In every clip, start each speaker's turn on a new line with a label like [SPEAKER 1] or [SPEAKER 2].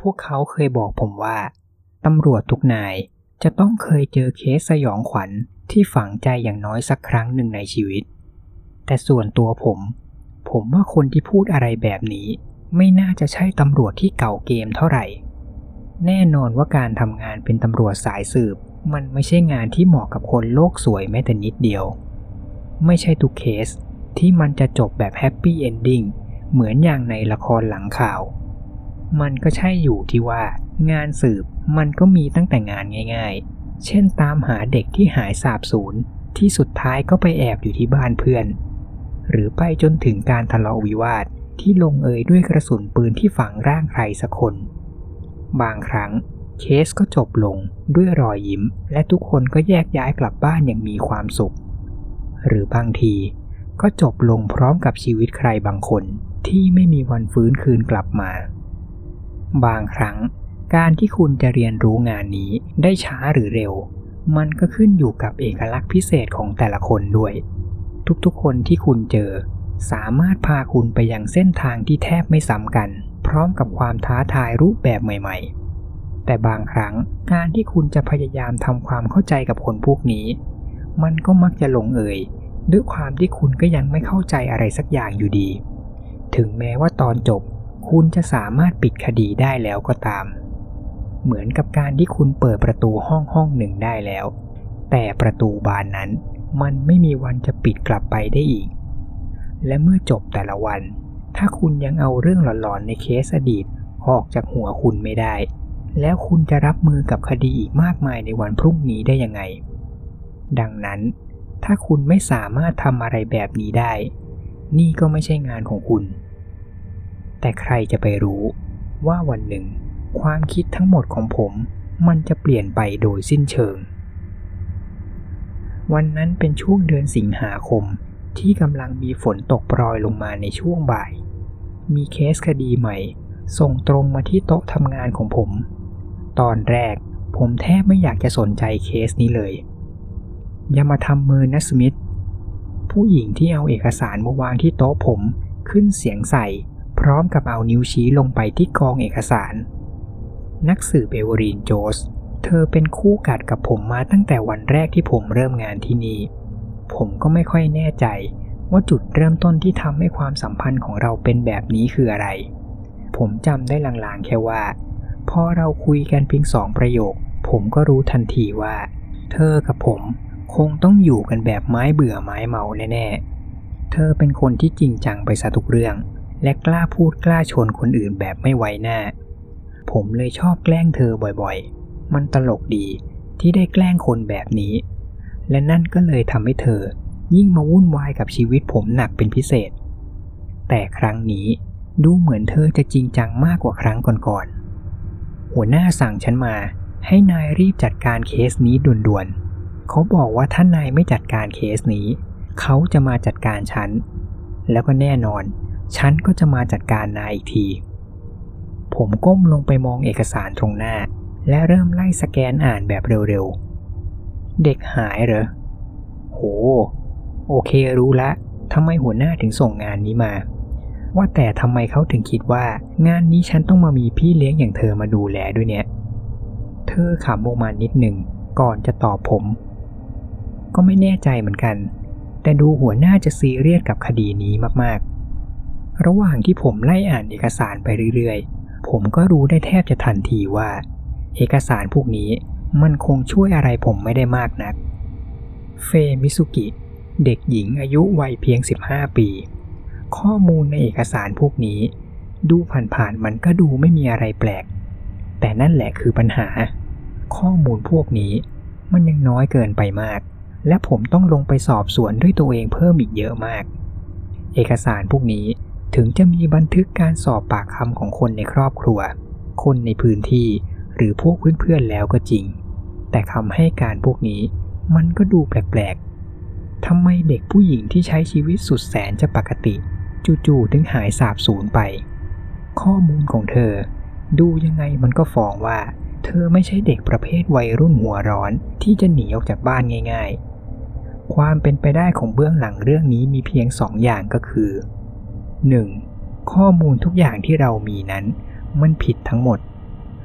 [SPEAKER 1] วกเขาเคยบอกผมว่าตำรวจทุกนายจะต้องเคยเจอเคสสยองขวัญที่ฝังใจอย่างน้อยสักครั้งหนึ่งในชีวิตแต่ส่วนตัวผมว่าคนที่พูดอะไรแบบนี้ไม่น่าจะใช่ตำรวจที่เก่าเกมเท่าไหร่แน่นอนว่าการทำงานเป็นตำรวจสายสืบมันไม่ใช่งานที่เหมาะกับคนโลกสวยแม้แต่นิดเดียวไม่ใช่ทุกเคสที่มันจะจบแบบแฮปปี้เอนดิ้งเหมือนอย่างในละครหลังข่าวมันก็ใช่อยู่ที่ว่างานสืบมันก็มีตั้งแต่งานง่ายๆเช่นตามหาเด็กที่หายสาบสูญที่สุดท้ายก็ไปแอบอยู่ที่บ้านเพื่อนหรือไปจนถึงการทะเลาะวิวาทที่ลงเอยด้วยกระสุนปืนที่ฝังร่างใครสักคนบางครั้งเคสก็จบลงด้วยรอยยิ้มและทุกคนก็แยกย้ายกลับบ้านอย่างมีความสุขหรือบางทีก็จบลงพร้อมกับชีวิตใครบางคนที่ไม่มีวันฟื้นคืนกลับมาบางครั้งการที่คุณจะเรียนรู้งานนี้ได้ช้าหรือเร็วมันก็ขึ้นอยู่กับเอกลักษณ์พิเศษของแต่ละคนด้วยทุกๆคนที่คุณเจอสามารถพาคุณไปยังเส้นทางที่แทบไม่ซ้ำกันพร้อมกับความท้าทายรูปแบบใหม่ๆแต่บางครั้งการที่คุณจะพยายามทำความเข้าใจกับคนพวกนี้มันก็มักจะลงเอยด้วยความที่คุณก็ยังไม่เข้าใจอะไรสักอย่างอยู่ดีถึงแม้ว่าตอนจบคุณจะสามารถปิดคดีได้แล้วก็ตามเหมือนกับการที่คุณเปิดประตูห้องหนึ่งได้แล้วแต่ประตูบานนั้นมันไม่มีวันจะปิดกลับไปได้อีกและเมื่อจบแต่ละวันถ้าคุณยังเอาเรื่องหลอนๆในเคสอดีตออกจากหัวคุณไม่ได้แล้วคุณจะรับมือกับคดีอีกมากมายในวันพรุ่งนี้ได้ยังไงดังนั้นถ้าคุณไม่สามารถทำอะไรแบบนี้ได้นี่ก็ไม่ใช่งานของคุณแต่ใครจะไปรู้ว่าวันหนึ่งความคิดทั้งหมดของผมมันจะเปลี่ยนไปโดยสิ้นเชิงวันนั้นเป็นช่วงเดือนสิงหาคมที่กำลังมีฝนตกโปรยลงมาในช่วงบ่ายมีเคสคดีใหม่ส่งตรงมาที่โต๊ะทำงานของผมตอนแรกผมแทบไม่อยากจะสนใจเคสนี้เลยอย่ามาทำมือนะสมิธผู้หญิงที่เอาเอกสารมาวางที่โต๊ะผมขึ้นเสียงใส่พร้อมกับเอานิ้วชี้ลงไปที่กองเอกสารนักสืบเอเวอรีนโจสเธอเป็นคู่กัดกับผมมาตั้งแต่วันแรกที่ผมเริ่มงานที่นี่ผมก็ไม่ค่อยแน่ใจว่าจุดเริ่มต้นที่ทำให้ความสัมพันธ์ของเราเป็นแบบนี้คืออะไรผมจำได้ลางๆแค่ว่าพอเราคุยกันเพียง2 ประโยคผมก็รู้ทันทีว่าเธอกับผมคงต้องอยู่กันแบบไม้เบื่อไม้เมาแน่ๆเธอเป็นคนที่จริงจังไปซะทุกเรื่องและกล้าพูดกล้าชนคนอื่นแบบไม่ไว้หน้าผมเลยชอบแกล้งเธอบ่อยๆมันตลกดีที่ได้แกล้งคนแบบนี้และนั่นก็เลยทำให้เธอยิ่งมาวุ่นวายกับชีวิตผมหนักเป็นพิเศษแต่ครั้งนี้ดูเหมือนเธอจะจริงจังมากกว่าครั้งก่อนๆหัวหน้าสั่งฉันมาให้นายรีบจัดการเคสนี้ด่วนๆเขาบอกว่าถ้านายไม่จัดการเคสนี้เขาจะมาจัดการฉันแล้วก็แน่นอนฉันก็จะมาจัดการนายอีกทีผมก้มลงไปมองเอกสารตรงหน้าและเริ่มไล่สแกนอ่านแบบเร็วๆเด็กหายเหรอโหโอเครู้ละทำไมหัวหน้าถึงส่งงานนี้มาว่าแต่ทำไมเขาถึงคิดว่างานนี้ฉันต้องมามีพี่เลี้ยงอย่างเธอมาดูแลด้วยเนี่ยเธอขำออกมานิดหนึ่งก่อนจะตอบผมก็ไม่แน่ใจเหมือนกันแต่ดูหัวหน้าจะซีเรียสกับคดีนี้มากๆระหว่างที่ผมไล่อ่านเอกสารไปเรื่อยๆผมก็รู้ได้แทบจะทันทีว่าเอกสารพวกนี้มันคงช่วยอะไรผมไม่ได้มากนักเฟมิซุกิเด็กหญิงอายุวัยเพียง15 ปีข้อมูลในเอกสารพวกนี้ดูผ่านๆมันก็ดูไม่มีอะไรแปลกแต่นั่นแหละคือปัญหาข้อมูลพวกนี้มันยังน้อยเกินไปมากและผมต้องลงไปสอบสวนด้วยตัวเองเพิ่มอีกเยอะมากเอกสารพวกนี้ถึงจะมีบันทึกการสอบปากคำของคนในครอบครัวคนในพื้นที่หรือพวกเพื่อนๆแล้วก็จริงแต่คำให้การพวกนี้มันก็ดูแปลกๆทำไมเด็กผู้หญิงที่ใช้ชีวิตสุดแสนจะปกติจู่ๆถึงหายสาบสูญไปข้อมูลของเธอดูยังไงมันก็ฟ้องว่าเธอไม่ใช่เด็กประเภทวัยรุ่นหัวร้อนที่จะหนีออกจากบ้านง่ายๆความเป็นไปได้ของเบื้องหลังเรื่องนี้มีเพียง2 อย่างก็คือ 1. ข้อมูลทุกอย่างที่เรามีนั้นมันผิดทั้งหมด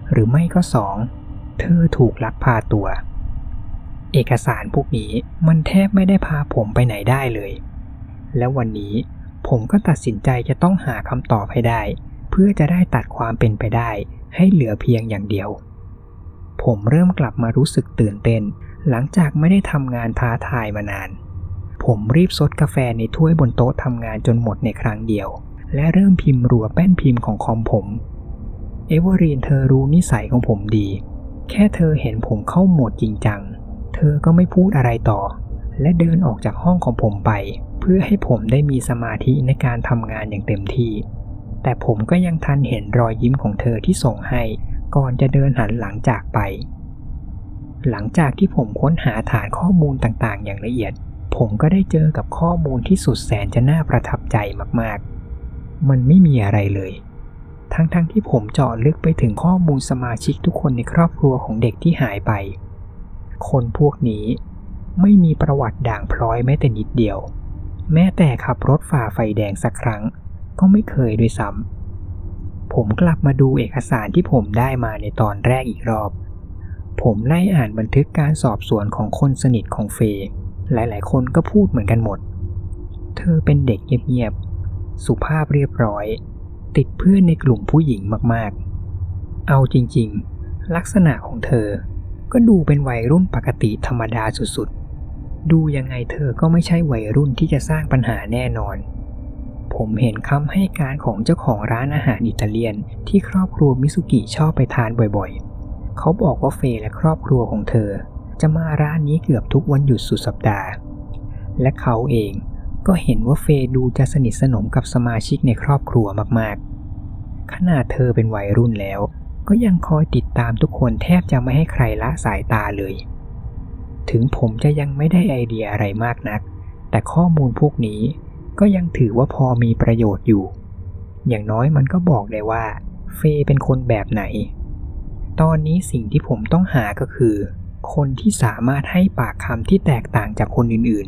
[SPEAKER 1] หรือไม่ก็2เธอถูกลักพาตัวเอกสารพวกนี้มันแทบไม่ได้พาผมไปไหนได้เลยแล้ววันนี้ผมก็ตัดสินใจจะต้องหาคำตอบให้ได้เพื่อจะได้ตัดความเป็นไปได้ให้เหลือเพียงอย่างเดียวผมเริ่มกลับมารู้สึกตื่นเต้นหลังจากไม่ได้ทำงานท้าทายมานานผมรีบซดกาแฟในถ้วยบนโต๊ะทำงานจนหมดในครั้งเดียวและเริ่มพิมพ์รัวแป้นพิมพ์ของคอมผมเอเวอรีนเธอรู้นิสัยของผมดีแค่เธอเห็นผมเข้าโหมดจริงจังเธอก็ไม่พูดอะไรต่อและเดินออกจากห้องของผมไปเพื่อให้ผมได้มีสมาธิในการทำงานอย่างเต็มที่แต่ผมก็ยังทันเห็นรอยยิ้มของเธอที่ส่งให้ก่อนจะเดินหันหลังจากไปหลังจากที่ผมค้นหาฐานข้อมูลต่างๆอย่างละเอียดผมก็ได้เจอกับข้อมูลที่สุดแสนจะน่าประทับใจมากๆมันไม่มีอะไรเลยทั้งที่ผมเจาะลึกไปถึงข้อมูลสมาชิกทุกคนในครอบครัวของเด็กที่หายไปคนพวกนี้ไม่มีประวัติด่างพร้อยแม้แต่นิดเดียวแม้แต่ขับรถฝ่าไฟแดงสักครั้งก็ไม่เคยด้วยซ้ำผมกลับมาดูเอกสารที่ผมได้มาในตอนแรกอีกรอบผมไล่อ่านบันทึกการสอบสวนของคนสนิทของเฟย์หลายๆคนก็พูดเหมือนกันหมดเธอเป็นเด็กเงียบๆสุภาพเรียบร้อยติดเพื่อนในกลุ่มผู้หญิงมากๆเอาจริงๆลักษณะของเธอก็ดูเป็นวัยรุ่นปกติธรรมดาสุดๆดูยังไงเธอก็ไม่ใช่วัยรุ่นที่จะสร้างปัญหาแน่นอนผมเห็นคำให้การของเจ้าของร้านอาหารอิตาเลียนที่ครอบครัวมิสุกิชอบไปทานบ่อยๆเขาบอกว่าเฟย์และครอบครัวของเธอจะมาร้านนี้เกือบทุกวันหยุดสุดสัปดาห์และเขาเองก็เห็นว่าเฟย์ดูจะสนิทสนมกับสมาชิกในครอบครัวมากๆขนาดเธอเป็นวัยรุ่นแล้วก็ยังคอยติดตามทุกคนแทบจะไม่ให้ใครละสายตาเลยถึงผมจะยังไม่ได้ไอเดียอะไรมากนักแต่ข้อมูลพวกนี้ก็ยังถือว่าพอมีประโยชน์อยู่อย่างน้อยมันก็บอกได้ว่าเฟย์เป็นคนแบบไหนตอนนี้สิ่งที่ผมต้องหาก็คือคนที่สามารถให้ปากคำที่แตกต่างจากคนอื่น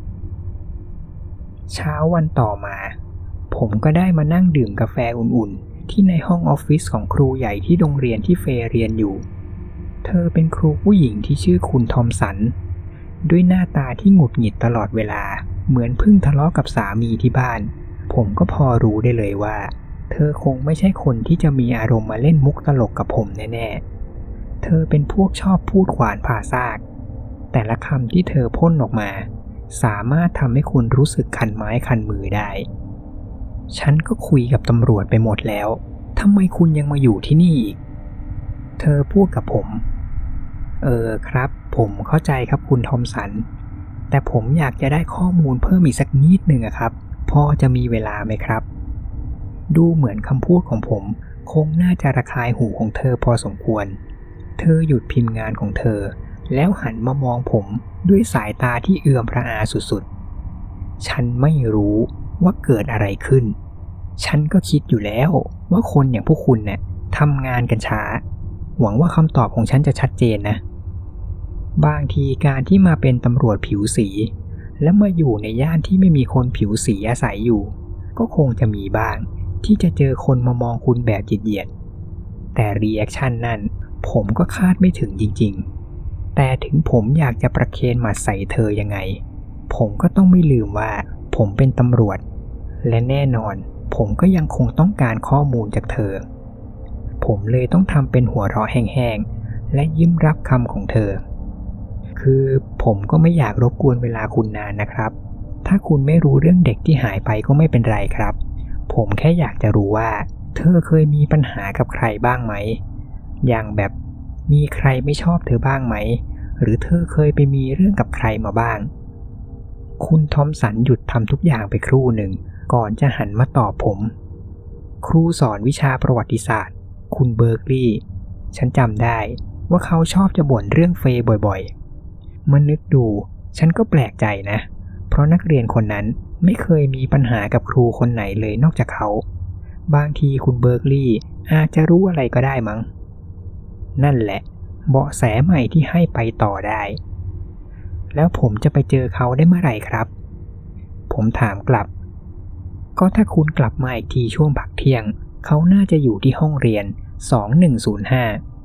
[SPEAKER 1] ๆเช้าวันต่อมาผมก็ได้มานั่งดื่มกาแฟอุ่นๆที่ในห้องออฟฟิศของครูใหญ่ที่โรงเรียนที่เฟย์เรียนอยู่เธอเป็นครูผู้หญิงที่ชื่อคุณทอมสันด้วยหน้าตาที่หงุดหงิดตลอดเวลาเหมือนเพิ่งทะเลาะกับสามีที่บ้านผมก็พอรู้ได้เลยว่าเธอคงไม่ใช่คนที่จะมีอารมณ์มาเล่นมุกตลกกับผมแน่ๆเธอเป็นพวกชอบพูดขวานผ่าซากแต่ละคำที่เธอพ่นออกมาสามารถทำให้คุณรู้สึกคันไม้คันมือได้ฉันก็คุยกับตำรวจไปหมดแล้วทำไมคุณยังมาอยู่ที่นี่อีกเธอพูดกับผมครับผมเข้าใจครับคุณทอมสันแต่ผมอยากจะได้ข้อมูลเพิ่มอีกสักนิดหนึ่งครับพอจะมีเวลาไหมครับดูเหมือนคำพูดของผมคงน่าจะระคายหูของเธอพอสมควรเธอหยุดพิมพ์งานของเธอแล้วหันมามองผมด้วยสายตาที่เอื่อมระอาสุดๆฉันไม่รู้ว่าเกิดอะไรขึ้นฉันก็คิดอยู่แล้วว่าคนอย่างพวกคุณเนี่ยทำงานกันช้าหวังว่าคำตอบของฉันจะชัดเจนนะบางทีการที่มาเป็นตำรวจผิวสีและมาอยู่ในย่านที่ไม่มีคนผิวสีอาศัยอยู่ก็คงจะมีบ้างที่จะเจอคนมามองคุณแบบเหยียดๆแต่รีแอคชั่นนั้นผมก็คาดไม่ถึงจริงๆแต่ถึงผมอยากจะประเคนหมัดใส่เธอยังไงผมก็ต้องไม่ลืมว่าผมเป็นตำรวจและแน่นอนผมก็ยังคงต้องการข้อมูลจากเธอผมเลยต้องทำเป็นหัวเราะแห้งๆและยิ้มรับคำของเธอคือผมก็ไม่อยากรบกวนเวลาคุณนานนะครับถ้าคุณไม่รู้เรื่องเด็กที่หายไปก็ไม่เป็นไรครับผมแค่อยากจะรู้ว่าเธอเคยมีปัญหากับใครบ้างไหมอย่างแบบมีใครไม่ชอบเธอบ้างไหมหรือเธอเคยไปมีเรื่องกับใครมาบ้างคุณทอมสันหยุดทำทุกอย่างไปครู่หนึ่งก่อนจะหันมาตอบผมครูสอนวิชาประวัติศาสตร์คุณเบิร์กลีย์ฉันจำได้ว่าเขาชอบจะบ่นเรื่องเฟย์บ่อยๆเมื่อนึกดูฉันก็แปลกใจนะเพราะนักเรียนคนนั้นไม่เคยมีปัญหากับครูคนไหนเลยนอกจากเขาบางทีคุณเบิร์กลีย์อาจจะรู้อะไรก็ได้มั้งนั่นแหละเบาะแสใหม่ที่ให้ไปต่อได้แล้วผมจะไปเจอเขาได้เมื่อไหร่ครับผมถามกลับก็ถ้าคุณกลับมาอีกทีช่วงพักเที่ยงเขาน่าจะอยู่ที่ห้องเรียน2105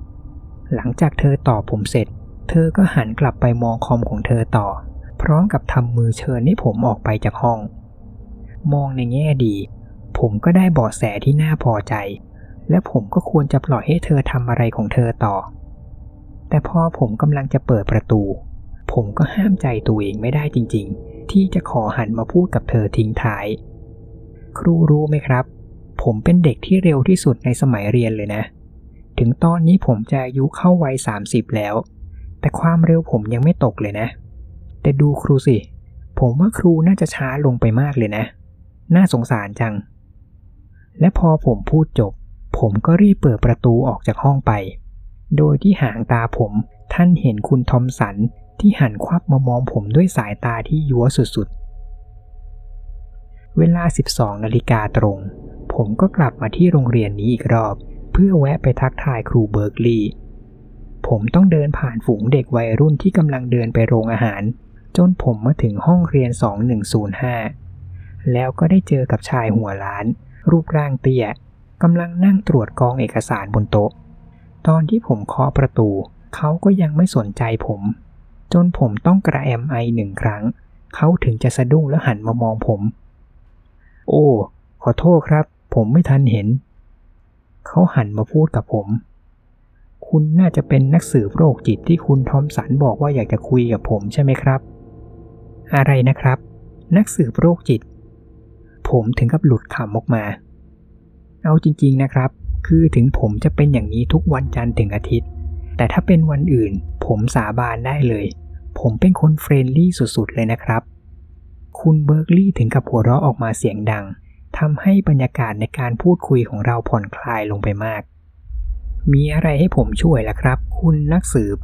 [SPEAKER 1] หลังจากเธอตอบผมเสร็จเธอก็หันกลับไปมองคอมของเธอต่อพร้อมกับทำมือเชิญให้ผมออกไปจากห้องมองในแง่ดีผมก็ได้เบาะแสที่น่าพอใจและผมก็ควรจะปล่อยให้เธอทำอะไรของเธอต่อแต่พอผมกำลังจะเปิดประตูผมก็ห้ามใจตัวเองไม่ได้จริงๆที่จะขอหันมาพูดกับเธอทิ้งท้ายครูรู้ไหมครับผมเป็นเด็กที่เร็วที่สุดในสมัยเรียนเลยนะถึงตอนนี้ผมจะอายุเข้าวัย30แล้วแต่ความเร็วผมยังไม่ตกเลยนะแต่ดูครูสิผมว่าครูน่าจะช้าลงไปมากเลยนะน่าสงสารจังและพอผมพูดจบผมก็รีบเปิดประตูออกจากห้องไปโดยที่หางตาผมท่านเห็นคุณทอมสันที่หันควับมามองผมด้วยสายตาที่ยั่วสุดๆเวลา 12 นาฬิกาตรงผมก็กลับมาที่โรงเรียนนี้อีกรอบเพื่อแวะไปทักทายครูเบิร์กลีย์ผมต้องเดินผ่านฝูงเด็กวัยรุ่นที่กำลังเดินไปโรงอาหารจนผมมาถึงห้องเรียน 2105 แล้วก็ได้เจอกับชายหัวล้านรูปร่างเตี้ยกำลังนั่งตรวจกองเอกสารบนโต๊ะตอนที่ผมเคาะประตูเขาก็ยังไม่สนใจผมจนผมต้องกระแอมไอ1 ครั้งเขาถึงจะสะดุ้งแล้วหันมามองผมโอ้ขอโทษครับผมไม่ทันเห็นเขาหันมาพูดกับผมคุณน่าจะเป็นนักสืบโรคจิตที่คุณทอมสันบอกว่าอยากจะคุยกับผมใช่ไหมครับอะไรนะครับนักสืบโรคจิตผมถึงกับหลุดขำออกมาเอาจริงๆนะครับคือถึงผมจะเป็นอย่างนี้ทุกวันจันทร์ถึงอาทิตย์แต่ถ้าเป็นวันอื่นผมสาบานได้เลยผมเป็นคนเฟรนลี่สุดๆเลยนะครับคุณเบิร์กลีย์ถึงกับหัวเราะออกมาเสียงดังทำให้บรรยากาศในการพูดคุยของเราผ่อนคลายลงไปมากมีอะไรให้ผมช่วยล่ะครับคุณนักสืบ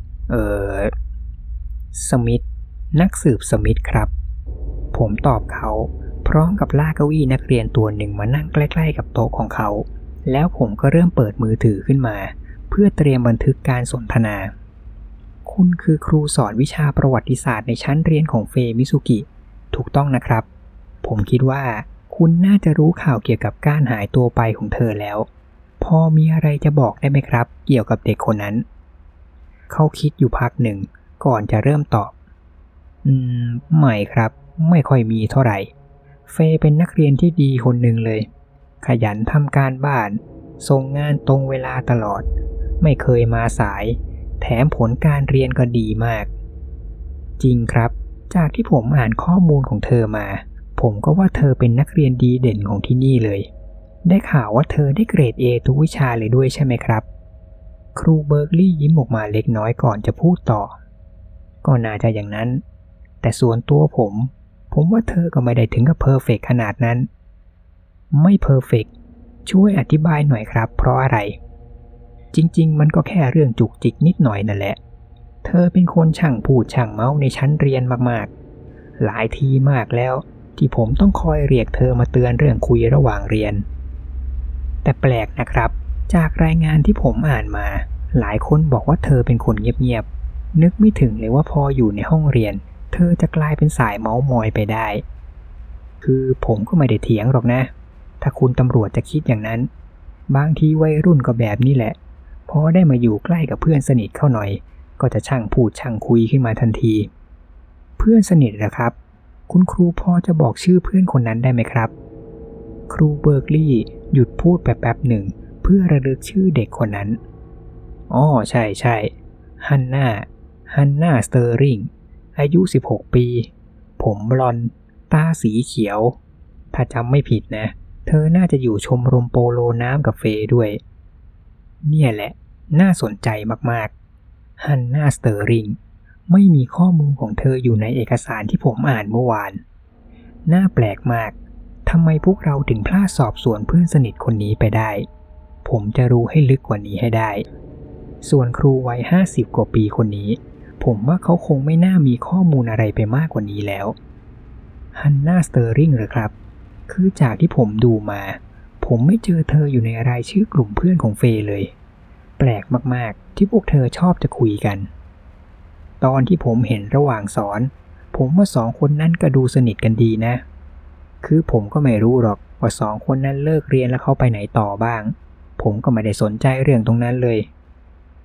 [SPEAKER 1] สมิธนักสืบสมิธครับผมตอบเขาพร้อมกับลากเก้าอี้นักเรียนตัวหนึ่งมานั่งใกล้ๆกับโต๊ะของเขาแล้วผมก็เริ่มเปิดมือถือขึ้นมาเพื่อเตรียมบันทึกการสนทนาคุณคือครูสอนวิชาประวัติศาสตร์ในชั้นเรียนของเฟมิซุกิถูกต้องนะครับผมคิดว่าคุณน่าจะรู้ข่าวเกี่ยวกับการหายตัวไปของเธอแล้วพอมีอะไรจะบอกได้ไหมครับเกี่ยวกับเด็กคนนั้นเขาคิดอยู่พักหนึ่งก่อนจะเริ่มตอบไม่ครับไม่ค่อยมีเท่าไหร่เฟย์เป็นนักเรียนที่ดีคนหนึ่งเลยขยันทำการบ้านส่งงานตรงเวลาตลอดไม่เคยมาสายแถมผลการเรียนก็ดีมากจริงครับจากที่ผมอ่านข้อมูลของเธอมาผมก็ว่าเธอเป็นนักเรียนดีเด่นของที่นี่เลยได้ข่าวว่าเธอได้เกรด A ทุกวิชาเลยด้วยใช่ไหมครับครูเบิร์กลีย์ยิ้มออกมาเล็กน้อยก่อนจะพูดต่อก็น่าจะอย่างนั้นแต่ส่วนตัวผมว่าเธอก็ไม่ได้ถึงกับเพอร์เฟกต์ขนาดนั้นไม่เพอร์เฟกต์ช่วยอธิบายหน่อยครับเพราะอะไรจริงๆมันก็แค่เรื่องจุกจิกนิดหน่อยนั่นแหละเธอเป็นคนช่างพูดช่างเมาในชั้นเรียนมากๆหลายทีมากแล้วที่ผมต้องคอยเรียกเธอมาเตือนเรื่องคุยระหว่างเรียนแต่แปลกนะครับจากรายงานที่ผมอ่านมาหลายคนบอกว่าเธอเป็นคนเงียบๆนึกไม่ถึงเลยว่าพออยู่ในห้องเรียนเธอจะกลายเป็นสายเม้ามอยไปได้คือผมก็ไม่ได้เถียงหรอกนะถ้าคุณตำรวจจะคิดอย่างนั้นบางทีวัยรุ่นก็แบบนี้แหละพอได้มาอยู่ใกล้กับเพื่อนสนิทเข้าหน่อยก็จะช่างพูดช่างคุยขึ้นมาทันทีเพื่อนสนิทเหรอครับคุณครูพอจะบอกชื่อเพื่อนคนนั้นได้ไหมครับครูเบิร์กลีย์หยุดพูดแป๊บหนึ่งเพื่อระลึกชื่อเด็กคนนั้นอ๋อใช่ฮันน่าสเตอร์ริงอายุ16 ปีผมบลอนด์ตาสีเขียวถ้าจำไม่ผิดนะเธอน่าจะอยู่ชมรมโปโลน้ำกับเฟย์ด้วยเนี่ยแหละน่าสนใจมากๆฮันน่าสเตอร์ริงไม่มีข้อมูลของเธออยู่ในเอกสารที่ผมอ่านเมื่อวานน่าแปลกมากทำไมพวกเราถึงพลาดสอบสวนเพื่อนสนิทคนนี้ไปได้ผมจะรู้ให้ลึกกว่านี้ให้ได้ส่วนครูวัย50 กว่าปีคนนี้ผมว่าเขาคงไม่น่ามีข้อมูลอะไรไปมากกว่านี้แล้วฮันน่าสเตอร์ริงเหรอครับคือจากที่ผมดูมาผมไม่เจอเธออยู่ในรายชื่อกลุ่มเพื่อนของเฟย์เลยแปลกมากๆที่พวกเธอชอบจะคุยกันตอนที่ผมเห็นระหว่างสอนผมว่า2 คนนั้นก็ดูสนิทกันดีนะคือผมก็ไม่รู้หรอกว่า2 คนนั้นเลิกเรียนแล้วเขาไปไหนต่อบ้างผมก็ไม่ได้สนใจเรื่องตรงนั้นเลยแ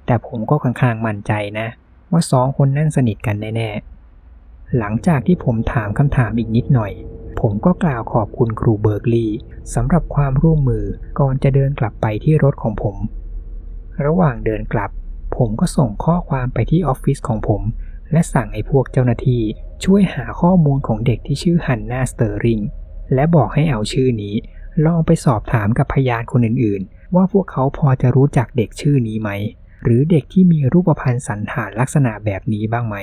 [SPEAKER 1] แต่ผมก็ค่อนข้างมั่นใจนะว่าสองคนนั่นสนิทกันแน่ๆหลังจากที่ผมถามคำถามอีกนิดหน่อยผมก็กล่าวขอบคุณครูเบิร์กลีย์สำหรับความร่วมมือก่อนจะเดินกลับไปที่รถของผมระหว่างเดินกลับผมก็ส่งข้อความไปที่ออฟฟิศของผมและสั่งให้พวกเจ้าหน้าที่ช่วยหาข้อมูลของเด็กที่ชื่อฮันนาสเตอร์ริงและบอกให้เอาชื่อนี้ลองไปสอบถามกับพยานคนอื่นๆว่าพวกเขาพอจะรู้จักเด็กชื่อนี้ไหมหรือเด็กที่มีรูปพรรณสันฐานลักษณะแบบนี้บ้างไหม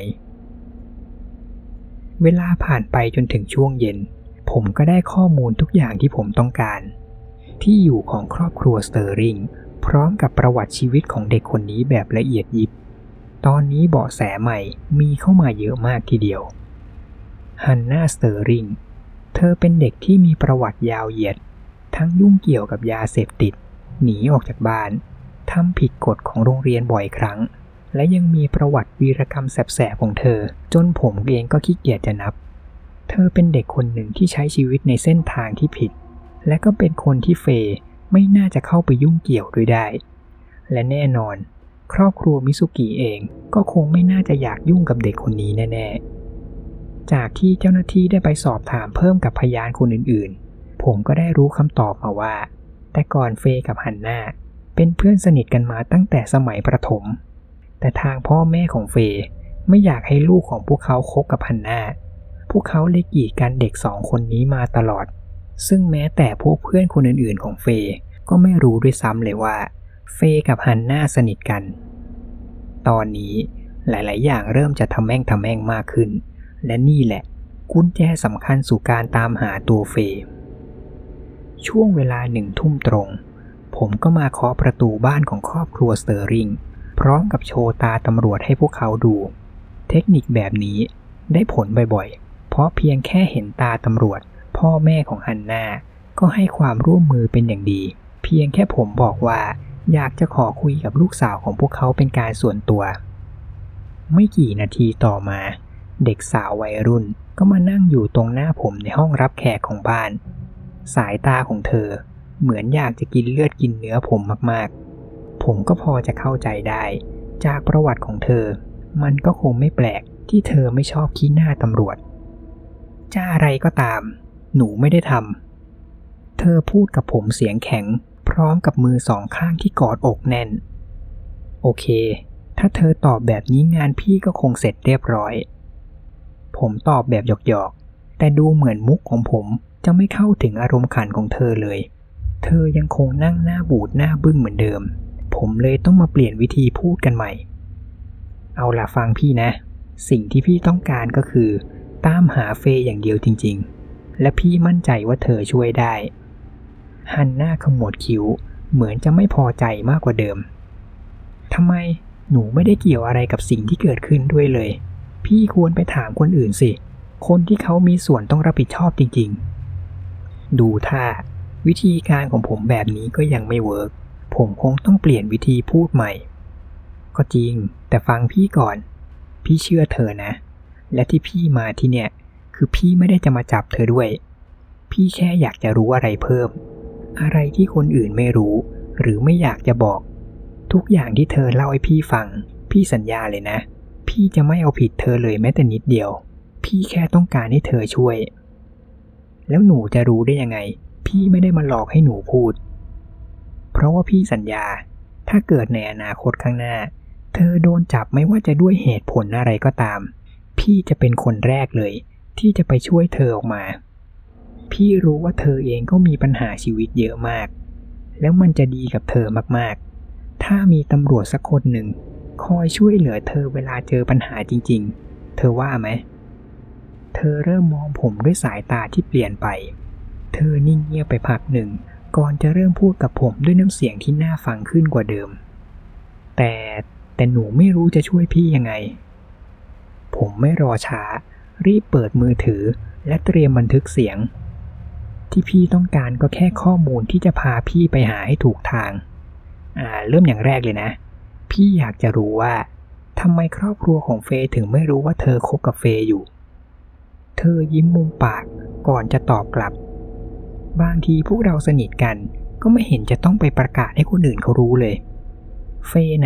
[SPEAKER 1] เวลาผ่านไปจนถึงช่วงเย็นผมก็ได้ข้อมูลทุกอย่างที่ผมต้องการที่อยู่ของครอบครัวสเตอร์ริงพร้อมกับประวัติชีวิตของเด็กคนนี้แบบละเอียดยิบตอนนี้เบาะแสใหม่มีเข้ามาเยอะมากทีเดียวฮันนาสเตอร์ริงเธอเป็นเด็กที่มีประวัติยาวเหยียดทั้งยุ่งเกี่ยวกับยาเสพติดหนีออกจากบ้านทำผิดกฎของโรงเรียนบ่อยครั้งและยังมีประวัติวีรกรรมแสบๆของเธอจนผมเองก็ขี้เกียจจะนับเธอเป็นเด็กคนหนึ่งที่ใช้ชีวิตในเส้นทางที่ผิดและก็เป็นคนที่เฟย์ไม่น่าจะเข้าไปยุ่งเกี่ยวด้วยได้และแน่นอนครอบครัวมิซุกิเองก็คงไม่น่าจะอยากยุ่งกับเด็กคนนี้แน่ๆจากที่เจ้าหน้าที่ได้ไปสอบถามเพิ่มกับพยานคนอื่นๆผมก็ได้รู้คำตอบมาว่าแต่ก่อนเฟย์กับฮันนาเป็นเพื่อนสนิทกันมาตั้งแต่สมัยประถมแต่ทางพ่อแม่ของเฟย์ไม่อยากให้ลูกของพวกเขาคบกับฮันนาพวกเขาเลยกีดกันเด็กสองคนนี้มาตลอดซึ่งแม้แต่พวกเพื่อนคนอื่นๆของเฟย์ก็ไม่รู้ด้วยซ้ำเลยว่าเฟย์กับฮันนาสนิทกันตอนนี้หลายๆอย่างเริ่มจะทำแม่งมากขึ้นและนี่แหละกุญแจสำคัญสู่การตามหาตัวเฟย์ช่วงเวลา1 ทุ่มตรงผมก็มาเคาะประตูบ้านของครอบครัวสเตอร์ริงพร้อมกับโชว์ตาตำรวจให้พวกเขาดูเทคนิคแบบนี้ได้ผลบ่อยๆเพราะเพียงแค่เห็นตาตำรวจพ่อแม่ของฮันนาก็ให้ความร่วมมือเป็นอย่างดีเพียงแค่ผมบอกว่าอยากจะขอคุยกับลูกสาวของพวกเขาเป็นการส่วนตัวไม่กี่นาทีต่อมาเด็กสาววัยรุ่นก็มานั่งอยู่ตรงหน้าผมในห้องรับแขกของบ้านสายตาของเธอเหมือนอยากจะกินเลือดกินเนื้อผมมากๆผมก็พอจะเข้าใจได้จากประวัติของเธอมันก็คงไม่แปลกที่เธอไม่ชอบขี้หน้าตำรวจจะอะไรก็ตามหนูไม่ได้ทำเธอพูดกับผมเสียงแข็งพร้อมกับมือสองข้างที่กอดอกแน่นโอเคถ้าเธอตอบแบบนี้งานพี่ก็คงเสร็จเรียบร้อยผมตอบแบบหยอกๆแต่ดูเหมือนมุกของผมจะไม่เข้าถึงอารมณ์ขันของเธอเลยเธอยังคงนั่งหน้าบูดหน้าบึ้งเหมือนเดิมผมเลยต้องมาเปลี่ยนวิธีพูดกันใหม่เอาล่ะฟังพี่นะสิ่งที่พี่ต้องการก็คือตามหาเฟย์อย่างเดียวจริงๆและพี่มั่นใจว่าเธอช่วยได้ฮันน่าขมวดคิ้วเหมือนจะไม่พอใจมากกว่าเดิมทำไมหนูไม่ได้เกี่ยวอะไรกับสิ่งที่เกิดขึ้นด้วยเลยพี่ควรไปถามคนอื่นสิคนที่เขามีส่วนต้องรับผิดชอบจริงๆดูท่าวิธีการของผมแบบนี้ก็ยังไม่เวิร์กผมคงต้องเปลี่ยนวิธีพูดใหม่ก็จริงแต่ฟังพี่ก่อนพี่เชื่อเธอนะและที่พี่มาที่เนี่ยคือพี่ไม่ได้จะมาจับเธอด้วยพี่แค่อยากจะรู้อะไรเพิ่มอะไรที่คนอื่นไม่รู้หรือไม่อยากจะบอกทุกอย่างที่เธอเล่าให้พี่ฟังพี่สัญญาเลยนะพี่จะไม่เอาผิดเธอเลยแม้แต่นิดเดียวพี่แค่ต้องการให้เธอช่วยแล้วหนูจะรู้ได้ยังไงพี่ไม่ได้มาหลอกให้หนูพูดเพราะว่าพี่สัญญาถ้าเกิดในอนาคตข้างหน้าเธอโดนจับไม่ว่าจะด้วยเหตุผลอะไรก็ตามพี่จะเป็นคนแรกเลยที่จะไปช่วยเธอออกมาพี่รู้ว่าเธอเองก็มีปัญหาชีวิตเยอะมากแล้วมันจะดีกับเธอมากๆถ้ามีตำรวจสักคนหนึ่งคอยช่วยเหลือเธอเวลาเจอปัญหาจริงๆเธอว่าไหมเธอเริ่มมองผมด้วยสายตาที่เปลี่ยนไปเธอนิ่งเงียบไปพักหนึ่งก่อนจะเริ่มพูดกับผมด้วยน้ำเสียงที่น่าฟังขึ้นกว่าเดิมแต่หนูไม่รู้จะช่วยพี่ยังไงผมไม่รอช้ารีบเปิดมือถือและเตรียมบันทึกเสียงที่พี่ต้องการก็แค่ข้อมูลที่จะพาพี่ไปหาให้ถูกทางเริ่มอย่างแรกเลยนะพี่อยากจะรู้ว่าทำไมครอบครัวของเฟย์ถึงไม่รู้ว่าเธอคบกับเฟย์อยู่เธอยิ้มมุมปากก่อนจะตอบกลับบางทีพวกเราสนิทกันก็ไม่เห็นจะต้องไปประกาศให้คนอื่นเขารู้เลยเฟย์น่ะ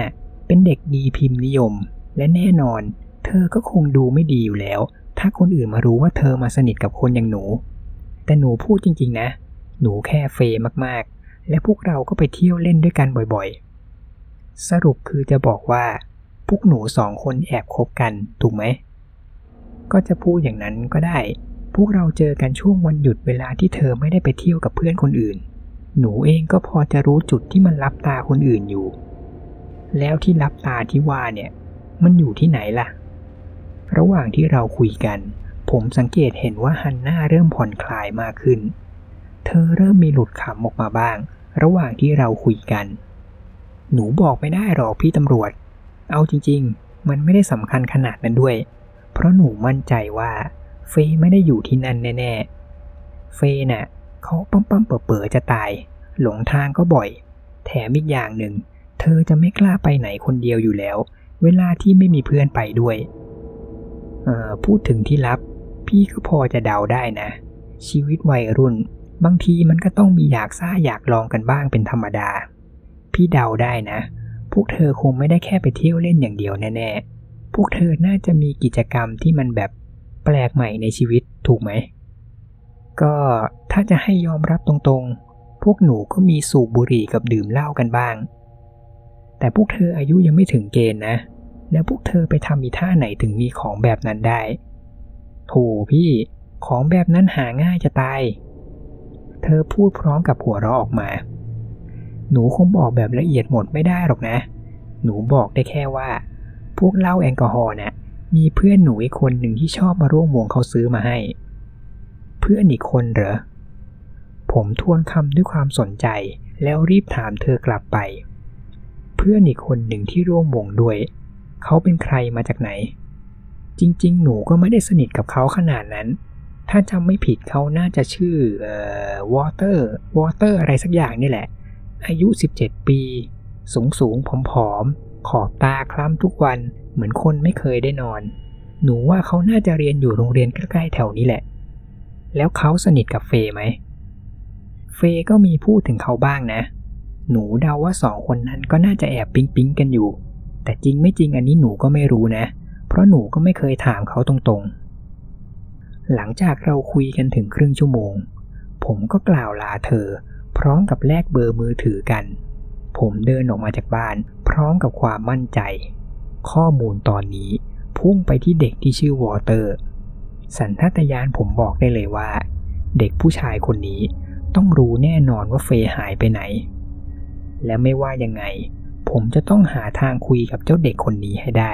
[SPEAKER 1] เป็นเด็กดีพิมพ์นิยมและแน่นอนเธอก็คงดูไม่ดีอยู่แล้วถ้าคนอื่นมารู้ว่าเธอมาสนิทกับคนอย่างหนูแต่หนูพูดจริงๆนะหนูแค่เฟย์มากๆและพวกเราก็ไปเที่ยวเล่นด้วยกันบ่อยๆสรุปคือจะบอกว่าพวกหนู2 คนแอบคบกันถูกไหมก็จะพูดอย่างนั้นก็ได้พวกเราเจอกันช่วงวันหยุดเวลาที่เธอไม่ได้ไปเที่ยวกับเพื่อนคนอื่นหนูเองก็พอจะรู้จุดที่มันลับตาคนอื่นอยู่แล้วที่ลับตาที่ว่าเนี่ยมันอยู่ที่ไหนล่ะระหว่างที่เราคุยกันผมสังเกตเห็นว่าฮันน่าเริ่มผ่อนคลายมากขึ้นเธอเริ่มมีหลุดขำออกมาบ้างระหว่างที่เราคุยกันหนูบอกไม่ได้หรอกพี่ตำรวจเอาจริงๆมันไม่ได้สำคัญขนาดนั้นด้วยเพราะหนูมั่นใจว่าเฟย์ไม่ได้อยู่ที่นั่นแน่ๆเฟย์น่ะเขาปั๊มเป๋อจะตายหลงทางก็บ่อยแถมอีกอย่างหนึ่งเธอจะไม่กล้าไปไหนคนเดียวอยู่แล้วเวลาที่ไม่มีเพื่อนไปด้วยพูดถึงที่ลับพี่ก็พอจะเดาได้นะชีวิตวัยรุ่นบางทีมันก็ต้องมีอยากซ่าอยากลองกันบ้างเป็นธรรมดาพี่เดาได้นะพวกเธอคงไม่ได้แค่ไปเที่ยวเล่นอย่างเดียวแน่ๆพวกเธอน่าจะมีกิจกรรมที่มันแบบแปลกใหม่ในชีวิตถูกไหมก็ถ้าจะให้ยอมรับตรงๆพวกหนูก็มีสูบบุหรี่กับดื่มเหล้ากันบ้างแต่พวกเธออายุยังไม่ถึงเกณฑ์นะแล้วพวกเธอไปทำอีท่าไหนถึงมีของแบบนั้นได้โธ่พี่ของแบบนั้นหาง่ายจะตายเธอพูดพร้อมกับหัวเราะออกมาหนูคงบอกแบบละเอียดหมดไม่ได้หรอกนะหนูบอกได้แค่ว่าพวกเหล้าแอลกอฮอล์เนี่ยมีเพื่อนหนูอีกคนหนึ่งที่ชอบมาร่วมวงเขาซื้อมาให้เพื่อนอีกคนเหรอผมทวนคำด้วยความสนใจแล้วรีบถามเธอกลับไปเพื่อนอีกคนหนึ่งที่ร่วมวงด้วยเขาเป็นใครมาจากไหนจริงๆหนูก็ไม่ได้สนิทกับเขาขนาดนั้นถ้าจำไม่ผิดเขาน่าจะชื่อวอเตอร์อะไรสักอย่างนี่แหละอายุ17 ปีสูงผอมๆขอบตาคล้ำทุกวันเหมือนคนไม่เคยได้นอนหนูว่าเขาน่าจะเรียนอยู่โรงเรียนใกล้ๆแถวนี้แหละแล้วเขาสนิทกับเฟย์ไหมเฟย์ก็มีพูดถึงเขาบ้างนะหนูเดาว่า2 คนนั้นก็น่าจะแอบปิ๊งกันอยู่แต่จริงไม่จริงอันนี้หนูก็ไม่รู้นะเพราะหนูก็ไม่เคยถามเขาตรงๆหลังจากเราคุยกันถึงครึ่งชั่วโมงผมก็กล่าวลาเธอพร้อมกับแลกเบอร์มือถือกันผมเดินออกมาจากบ้านพร้อมกับความมั่นใจข้อมูลตอนนี้พุ่งไปที่เด็กที่ชื่อวอเตอร์สัญชาตญาณผมบอกได้เลยว่าเด็กผู้ชายคนนี้ต้องรู้แน่นอนว่าเฟย์หายไปไหนและไม่ว่ายังไงผมจะต้องหาทางคุยกับเจ้าเด็กคนนี้ให้ได้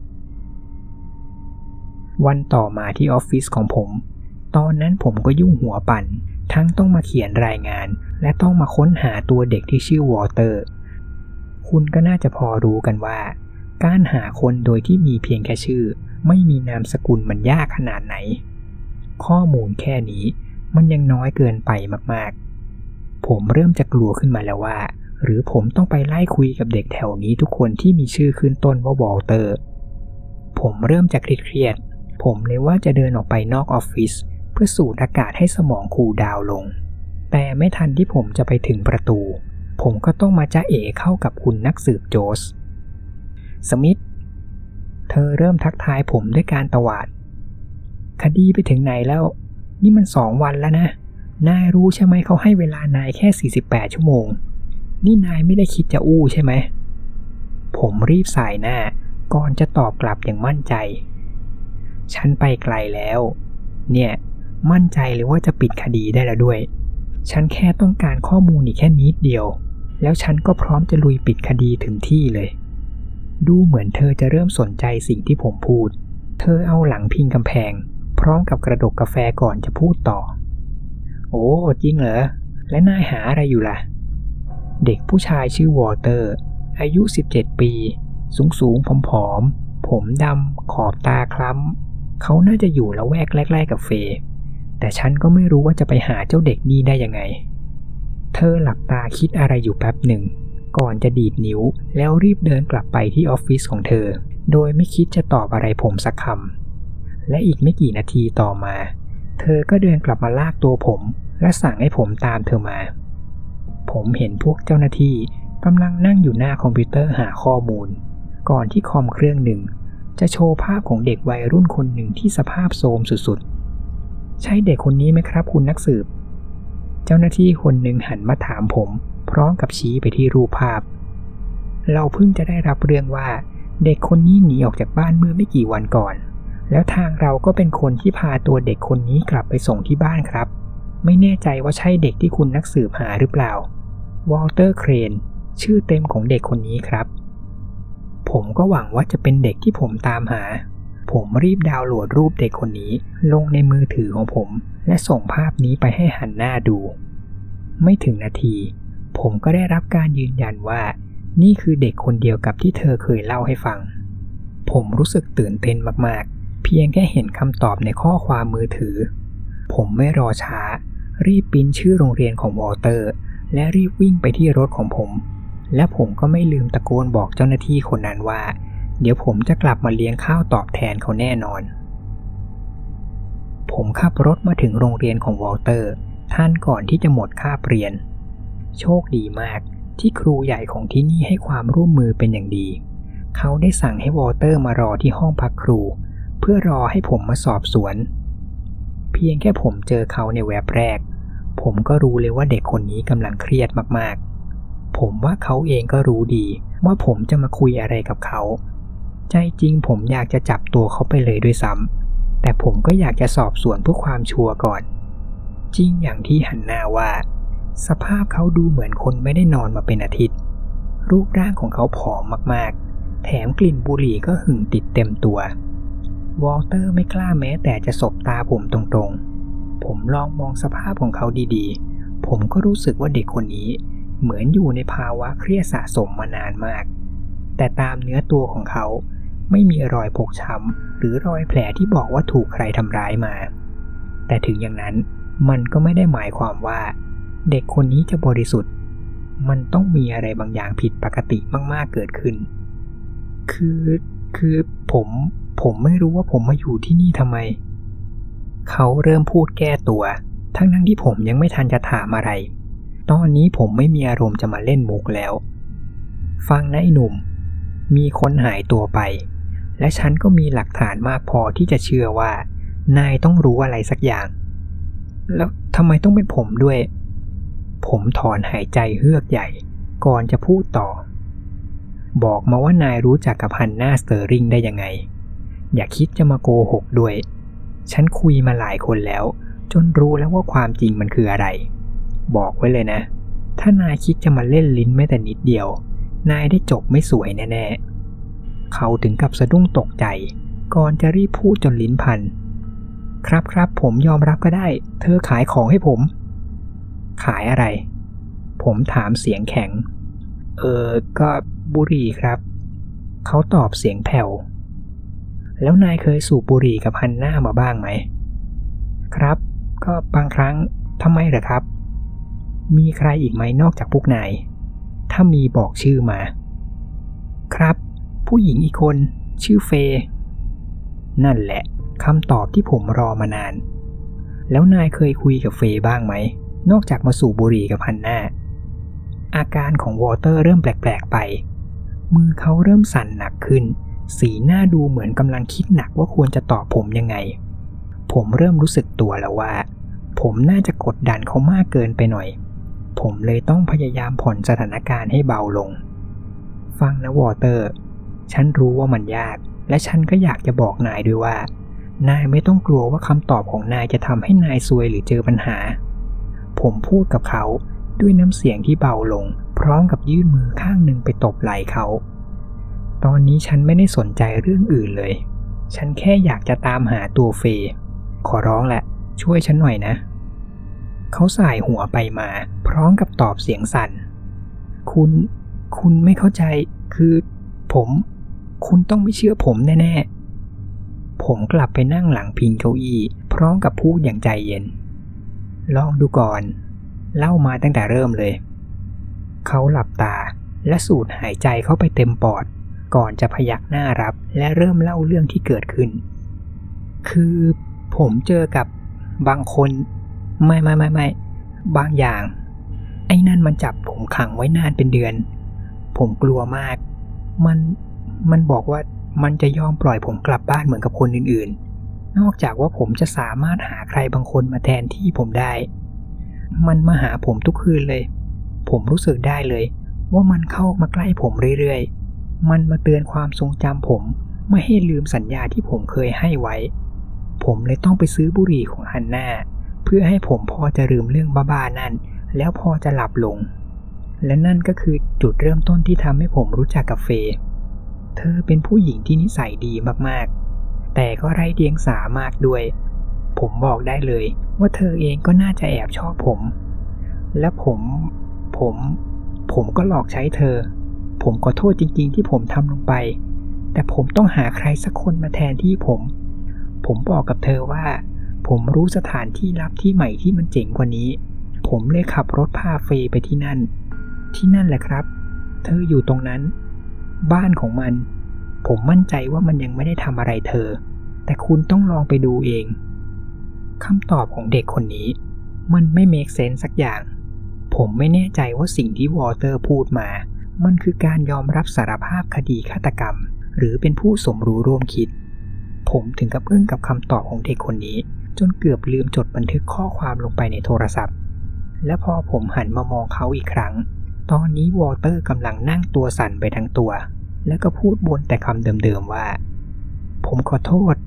[SPEAKER 1] วันต่อมาที่ออฟฟิศของผมตอนนั้นผมก็ยุ่งหัวปั่นทั้งต้องมาเขียนรายงานและต้องมาค้นหาตัวเด็กที่ชื่อวอเตอร์คุณก็น่าจะพอรู้กันว่าการหาคนโดยที่มีเพียงแค่ชื่อไม่มีนามสกุลมันยากขนาดไหนข้อมูลแค่นี้มันยังน้อยเกินไปมากๆผมเริ่มจะกลัวขึ้นมาแล้วว่าหรือผมต้องไปไล่คุยกับเด็กแถวนี้ทุกคนที่มีชื่อขึ้นต้นว่าวอลเตอร์ผมเริ่มจะเครียดผมเลยว่าจะเดินออกไปนอกออฟฟิศเพื่อสูดอากาศให้สมองคูลดาวน์ลงแต่ไม่ทันที่ผมจะไปถึงประตูผมก็ต้องมาจ้าเอ๋เข้ากับคุณนักสืบโจสสมิธเธอเริ่มทักทายผมด้วยการตวาดคดีไปถึงไหนแล้วนี่มัน2 วันแล้วนะนายรู้ใช่ไหมเขาให้เวลานายแค่48 ชั่วโมงนี่นายไม่ได้คิดจะอู้ใช่ไหมผมรีบสายหน้าก่อนจะตอบกลับอย่างมั่นใจฉันไปไกลแล้วเนี่ยมั่นใจเลยว่าจะปิดคดีได้แล้วด้วยฉันแค่ต้องการข้อมูลอีกแค่นิดเดียวแล้วฉันก็พร้อมจะลุยปิดคดีถึงที่เลยดูเหมือนเธอจะเริ่มสนใจสิ่งที่ผมพูดเธอเอาหลังพิงกำแพงพร้อมกับกระดกกาแฟก่อนจะพูดต่อโอ้จริงเหรอและนายหาอะไรอยู่ล่ะเด็กผู้ชายชื่อวอเตอร์อายุ17 ปีสูงผอมๆผมดำขอบตาคล้ำเขาน่าจะอยู่ละแวกใกล้ๆกับเฟย์แต่ฉันก็ไม่รู้ว่าจะไปหาเจ้าเด็กนี่ได้ยังไงเธอหลับตาคิดอะไรอยู่แป๊บหนึ่งก่อนจะดีดนิ้วแล้วรีบเดินกลับไปที่ออฟฟิศของเธอโดยไม่คิดจะตอบอะไรผมสักคำและอีกไม่กี่นาทีต่อมาเธอก็เดินกลับมาลากตัวผมและสั่งให้ผมตามเธอมาผมเห็นพวกเจ้าหน้าที่กำลังนั่งอยู่หน้าคอมพิวเตอร์หาข้อมูลก่อนที่คอมเครื่องหนึ่งจะโชว์ภาพของเด็กวัยรุ่นคนหนึ่งที่สภาพโทรมสุดๆใช่เด็กคนนี้ไหมครับคุณนักสืบเจ้าหน้าที่คนหนึ่งหันมาถามผมพร้อมกับชี้ไปที่รูปภาพเราเพิ่งจะได้รับเรื่องว่าเด็กคนนี้หนีออกจากบ้านเมื่อไม่กี่วันก่อนแล้วทางเราก็เป็นคนที่พาตัวเด็กคนนี้กลับไปส่งที่บ้านครับไม่แน่ใจว่าใช่เด็กที่คุณนักสืบหาหรือเปล่าวอลเตอร์เครนชื่อเต็มของเด็กคนนี้ครับผมก็หวังว่าจะเป็นเด็กที่ผมตามหาผมรีบดาวน์โหลดรูปเด็กคนนี้ลงในมือถือของผมและส่งภาพนี้ไปให้ฮันน่าดูไม่ถึงนาทีผมก็ได้รับการยืนยันว่านี่คือเด็กคนเดียวกับที่เธอเคยเล่าให้ฟังผมรู้สึกตื่นเต้นมากๆเพียงแค่เห็นคำตอบในข้อความมือถือผมไม่รอช้ารีบปริ้นชื่อโรงเรียนของวอลเตอร์และรีบวิ่งไปที่รถของผมและผมก็ไม่ลืมตะโกนบอกเจ้าหน้าที่คนนั้นว่าเดี๋ยวผมจะกลับมาเลี้ยงข้าวตอบแทนเขาแน่นอนผมขับรถมาถึงโรงเรียนของวอลเตอร์ทันก่อนที่จะหมดคาบเรียนโชคดีมากที่ครูใหญ่ของที่นี่ให้ความร่วมมือเป็นอย่างดีเขาได้สั่งให้วอลเตอร์มารอที่ห้องพักครูเพื่อรอให้ผมมาสอบสวนเพียงแค่ผมเจอเขาในแวบแรกผมก็รู้เลยว่าเด็กคนนี้กำลังเครียดมากๆผมว่าเขาเองก็รู้ดีว่าผมจะมาคุยอะไรกับเขาใจจริงผมอยากจะจับตัวเขาไปเลยด้วยซ้ำแต่ผมก็อยากจะสอบสวนเพื่อความชัวร์ก่อนจริงอย่างที่ฮันน่าว่าสภาพเขาดูเหมือนคนไม่ได้นอนมาเป็นอาทิตย์รูปร่างของเขาผอมมากๆแถมกลิ่นบุหรี่ก็หึงติดเต็มตัววอลเตอร์ไม่กล้าแม้แต่จะสบตาผมตรงๆผมลองมองสภาพของเขาดีๆผมก็รู้สึกว่าเด็กคนนี้เหมือนอยู่ในภาวะเครียดสะสมมานานมากแต่ตามเนื้อตัวของเขาไม่มีรอยพกช้ำหรือรอยแผลที่บอกว่าถูกใครทำร้ายมาแต่ถึงอย่างนั้นมันก็ไม่ได้หมายความว่าเด็กคนนี้จะบริสุทธิ์มันต้องมีอะไรบางอย่างผิดปกติมากๆเกิดขึ้นคือผมไม่รู้ว่าผมมาอยู่ที่นี่ทำไมเขาเริ่มพูดแก้ตัวทั้งที่ผมยังไม่ทันจะถามอะไรตอนนี้ผมไม่มีอารมณ์จะมาเล่นมุกแล้วฟังนะไอ้หนุ่มมีคนหายตัวไปและฉันก็มีหลักฐานมากพอที่จะเชื่อว่านายต้องรู้อะไรสักอย่างแล้วทำไมต้องเป็นผมด้วยผมถอนหายใจเฮือกใหญ่ก่อนจะพูดต่อบอกมาว่านายรู้จักกับฮันน่าสเตอร์ริงได้ยังไงอย่าคิดจะมาโกหกด้วยฉันคุยมาหลายคนแล้วจนรู้แล้วว่าความจริงมันคืออะไรบอกไว้เลยนะถ้านายคิดจะมาเล่นลิ้นแม้แต่นิดเดียวนายได้จบไม่สวยแน่ๆเขาถึงกับสะดุ้งตกใจก่อนจะรีบพูดจนลิ้นพันครับผมยอมรับก็ได้เธอขายของให้ผมขายอะไรผมถามเสียงแข็งก็บุหรี่ครับเขาตอบเสียงแผ่วแล้วนายเคยสูบบุหรี่กับฮันน่ามาบ้างไหมครับก็บางครั้งทำไมเหรอครับมีใครอีกไหมนอกจากพวกนายถ้ามีบอกชื่อมาครับผู้หญิงอีกคนชื่อเฟย์นั่นแหละคำตอบที่ผมรอมานานแล้วนายเคยคุยกับเฟย์บ้างไหมนอกจากมาสูบบุหรี่กับฮันน่าอาการของวอเตอร์เริ่มแปลกๆไปมือเขาเริ่มสั่นหนักขึ้นสีหน้าดูเหมือนกำลังคิดหนักว่าควรจะตอบผมยังไงผมเริ่มรู้สึกตัวแล้วว่าผมน่าจะกดดันเขามากเกินไปหน่อยผมเลยต้องพยายามผ่อนสถานการณ์ให้เบาลงฟังนะวอเตอร์ฉันรู้ว่ามันยากและฉันก็อยากจะบอกนายด้วยว่านายไม่ต้องกลัวว่าคำตอบของนายจะทำให้นายซวยหรือเจอปัญหาผมพูดกับเขาด้วยน้ำเสียงที่เบาลงพร้อมกับยื่นมือข้างหนึ่งไปตบไหล่เขาตอนนี้ฉันไม่ได้สนใจเรื่องอื่นเลยฉันแค่อยากจะตามหาตัวเฟย์ขอร้องแหละช่วยฉันหน่อยนะเขาส่ายหัวไปมาพร้อมกับตอบเสียงสั่นคุณไม่เข้าใจคือคุณต้องไม่เชื่อผมแน่ๆผมกลับไปนั่งหลังพิงเก้าอี้พร้อมกับพูดอย่างใจเย็นลองดูก่อนเล่ามาตั้งแต่เริ่มเลยเขาหลับตาและสูดหายใจเข้าไปเต็มปอดก่อนจะพยักหน้ารับและเริ่มเล่าเรื่องที่เกิดขึ้นคือผมเจอกับบางคนไม่บางอย่างไอ้นั่นมันจับผมขังไว้นานเป็นเดือนผมกลัวมากมันบอกว่ามันจะยอมปล่อยผมกลับบ้านเหมือนกับคนอื่นๆนอกจากว่าผมจะสามารถหาใครบางคนมาแทนที่ผมได้มันมาหาผมทุกคืนเลยผมรู้สึกได้เลยว่ามันเข้ามาใกล้ผมเรื่อยๆมันมาเตือนความทรงจำผมไม่ให้ลืมสัญญาที่ผมเคยให้ไว้ผมเลยต้องไปซื้อบุหรี่ของฮันน่าเพื่อให้ผมพอจะลืมเรื่องบ้าๆนั่นแล้วพอจะหลับลงและนั่นก็คือจุดเริ่มต้นที่ทำให้ผมรู้จักกับเฟย์เธอเป็นผู้หญิงที่นิสัยดีมากๆแต่ก็ไร้เดียงสามากด้วยผมบอกได้เลยว่าเธอเองก็น่าจะแอบชอบผมและผมก็หลอกใช้เธอผมขอโทษจริงๆที่ผมทำลงไปแต่ผมต้องหาใครสักคนมาแทนที่ผมบอกกับเธอว่าผมรู้สถานที่ลับที่ใหม่ที่มันเจ๋งกว่านี้ผมเลยขับรถพาเฟย์ไปที่นั่นแหละครับเธออยู่ตรงนั้นบ้านของมันผมมั่นใจว่ามันยังไม่ได้ทำอะไรเธอแต่คุณต้องลองไปดูเองคำตอบของเด็กคนนี้มันไม่เมคเซนส์สักอย่างผมไม่แน่ใจว่าสิ่งที่วอเตอร์พูดมามันคือการยอมรับสารภาพคดีฆาตกรรมหรือเป็นผู้สมรู้ร่วมคิดผมถึงกับอึ้งกับคำตอบของเด็กคนนี้จนเกือบลืมจดบันทึกข้อความลงไปในโทรศัพท์และพอผมหันมามองเขาอีกครั้งตอนนี้วอเตอร์กำลังนั่งตัวสั่นไปทั้งตัวแล้วก็พูดวนแต่คำเดิมๆว่าผมขอโทษ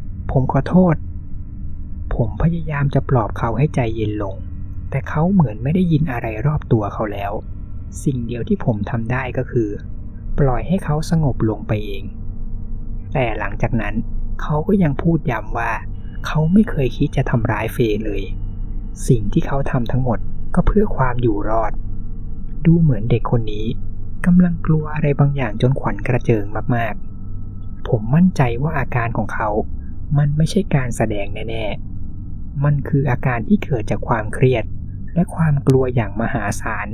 [SPEAKER 1] ผมพยายามจะปลอบเขาให้ใจเย็นลงแต่เขาเหมือนไม่ได้ยินอะไรรอบตัวเขาแล้วสิ่งเดียวที่ผมทำได้ก็คือปล่อยให้เขาสงบลงไปเองแต่หลังจากนั้นเขาก็ยังพูดย้ำว่าเขาไม่เคยคิดจะทำร้ายเฟย์เลยสิ่งที่เขาทำทั้งหมดก็เพื่อความอยู่รอดดูเหมือนเด็กคนนี้กำลังกลัวอะไรบางอย่างจนขวัญกระเจิงมากๆผมมั่นใจว่าอาการของเขามันไม่ใช่การแสดงแน่ๆมันคืออาการที่เกิดจากความเครียดและความกลัวอย่างมหาศาล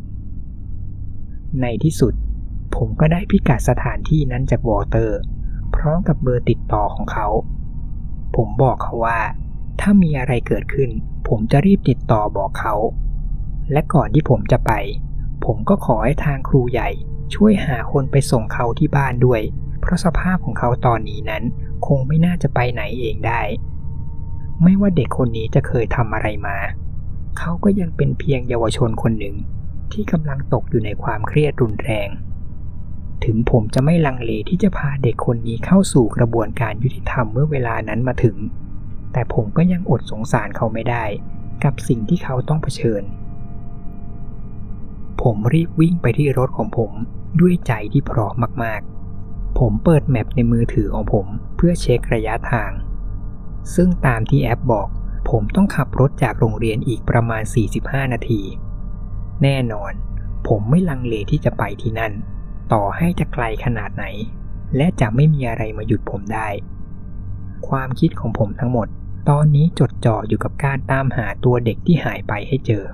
[SPEAKER 1] ในที่สุดผมก็ได้พิกัดสถานที่นั้นจากวอเตอร์พร้อมกับเบอร์ติดต่อของเขาผมบอกเขาว่าถ้ามีอะไรเกิดขึ้นผมจะรีบติดต่อบอกเขาและก่อนที่ผมจะไปผมก็ขอให้ทางครูใหญ่ช่วยหาคนไปส่งเขาที่บ้านด้วยเพราะสภาพของเขาตอนนี้นั้นคงไม่น่าจะไปไหนเองได้ไม่ว่าเด็กคนนี้จะเคยทำอะไรมาเขาก็ยังเป็นเพียงเยาวชนคนหนึ่งที่กำลังตกอยู่ในความเครียดรุนแรงถึงผมจะไม่ลังเลที่จะพาเด็กคนนี้เข้าสู่กระบวนการยุติธรรมเมื่อเวลานั้นมาถึงแต่ผมก็ยังอดสงสารเขาไม่ได้กับสิ่งที่เขาต้องเผชิญผมรีบวิ่งไปที่รถของผมด้วยใจที่พร้อมมากๆผมเปิดแมปในมือถือของผมเพื่อเช็คระยะทางซึ่งตามที่แอปบอกผมต้องขับรถจากโรงเรียนอีกประมาณ45นาทีแน่นอนผมไม่ลังเลที่จะไปที่นั่นต่อให้จะไกลขนาดไหนและจะไม่มีอะไรมาหยุดผมได้ความคิดของผมทั้งหมดตอนนี้จดจ่ออยู่กับการตามหาตัวเด็กที่หายไปให้เจอ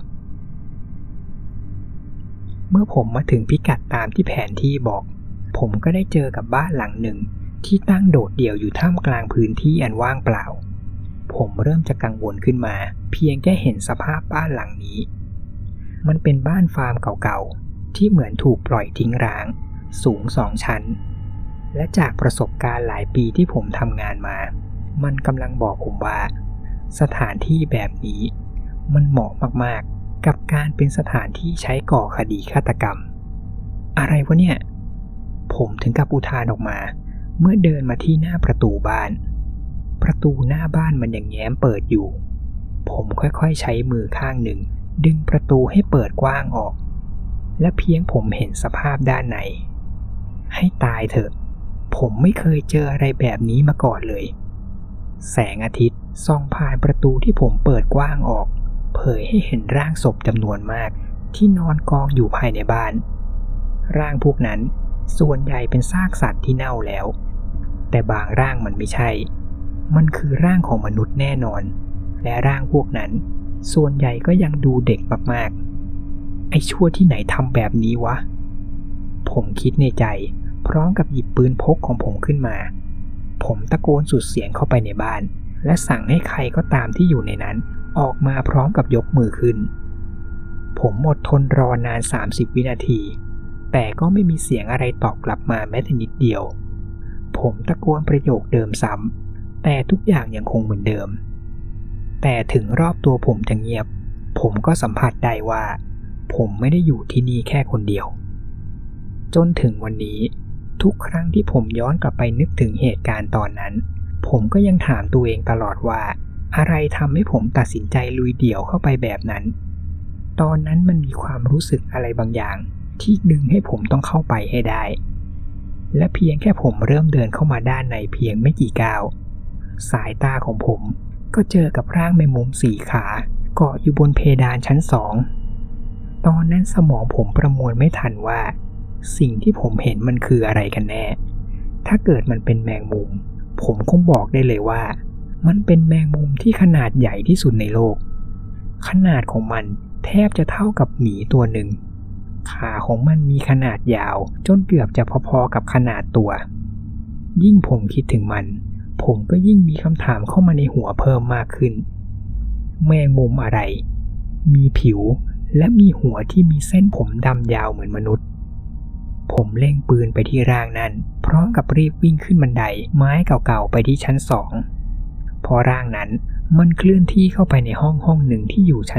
[SPEAKER 1] เมื่อผมมาถึงพิกัดตามที่แผนที่บอกผมก็ได้เจอกับบ้านหลังหนึ่งที่ตั้งโดดเดี่ยวอยู่ท่ามกลางพื้นที่อันว่างเปล่าผมเริ่มจะกังวลขึ้นมาเพียงแค่เห็นสภาพบ้านหลังนี้มันเป็นบ้านฟาร์มเก่าๆที่เหมือนถูกปล่อยทิ้งร้างสูง2 ชั้นและจากประสบการณ์หลายปีที่ผมทำงานมามันกำลังบอกผมว่าสถานที่แบบนี้มันเหมาะมากๆกับการเป็นสถานที่ใช้ก่อคดีฆาตกรรมอะไรวะเนี่ยผมถึงกับอุทานออกมาเมื่อเดินมาที่หน้าประตูบ้านประตูหน้าบ้านมันยังแง้มเปิดอยู่ผมค่อยๆใช้มือข้างหนึ่งดึงประตูให้เปิดกว้างออกและเพียงผมเห็นสภาพด้านในให้ตายเถอะผมไม่เคยเจออะไรแบบนี้มาก่อนเลยแสงอาทิตย์ส่องผ่านประตูที่ผมเปิดกว้างออกเผยให้เห็นร่างศพจำนวนมากที่นอนกองอยู่ภายในบ้านร่างพวกนั้นส่วนใหญ่เป็นซากสัตว์ที่เน่าแล้วแต่บางร่างมันไม่ใช่มันคือร่างของมนุษย์แน่นอนและร่างพวกนั้นส่วนใหญ่ก็ยังดูเด็กมากๆไอ้ชั่วที่ไหนทำแบบนี้วะผมคิดในใจพร้อมกับหยิบปืนพกของผมขึ้นมาผมตะโกนสุดเสียงเข้าไปในบ้านและสั่งให้ใครก็ตามที่อยู่ในนั้นออกมาพร้อมกับยกมือขึ้นผมอดทนรอนาน30 วินาทีแต่ก็ไม่มีเสียงอะไรตอบกลับมาแม้แต่นิดเดียวผมตะโกนประโยคเดิมซ้ำแต่ทุกอย่างยังคงเหมือนเดิมแต่ถึงรอบตัวผมจะเงียบผมก็สัมผัสได้ว่าผมไม่ได้อยู่ที่นี่แค่คนเดียวจนถึงวันนี้ทุกครั้งที่ผมย้อนกลับไปนึกถึงเหตุการณ์ตอนนั้นผมก็ยังถามตัวเองตลอดว่าอะไรทำให้ผมตัดสินใจลุยเดี่ยวเข้าไปแบบนั้นตอนนั้นมันมีความรู้สึกอะไรบางอย่างที่ดึงให้ผมต้องเข้าไปให้ได้และเพียงแค่ผมเริ่มเดินเข้ามาด้านในเพียงไม่กี่ก้าวสายตาของผมก็เจอกับร่างแมงมุม4 ขาเกาะอยู่บนเพดานชั้น2ตอนนั้นสมองผมประมวลไม่ทันว่าสิ่งที่ผมเห็นมันคืออะไรกันแน่ถ้าเกิดมันเป็นแมงมุมผมคงบอกได้เลยว่ามันเป็นแมงมุมที่ขนาดใหญ่ที่สุดในโลกขนาดของมันแทบจะเท่ากับหมีตัวหนึ่งขาของมันมีขนาดยาวจนเกือบจะพอๆกับขนาดตัวยิ่งผมคิดถึงมันผมก็ยิ่งมีคำถามเข้ามาในหัวเพิ่มมากขึ้นแมงมุมอะไรมีผิวและมีหัวที่มีเส้นผมดำยาวเหมือนมนุษย์ผมเล็งปืนไปที่ร่างนั้นพร้อมกับรีบวิ่งขึ้นบันไดไม้เก่าๆไปที่ชั้น2พอร่างนั้นมันเคลื่อนที่เข้าไปในห้องหนึ่งที่อยู่ชั้น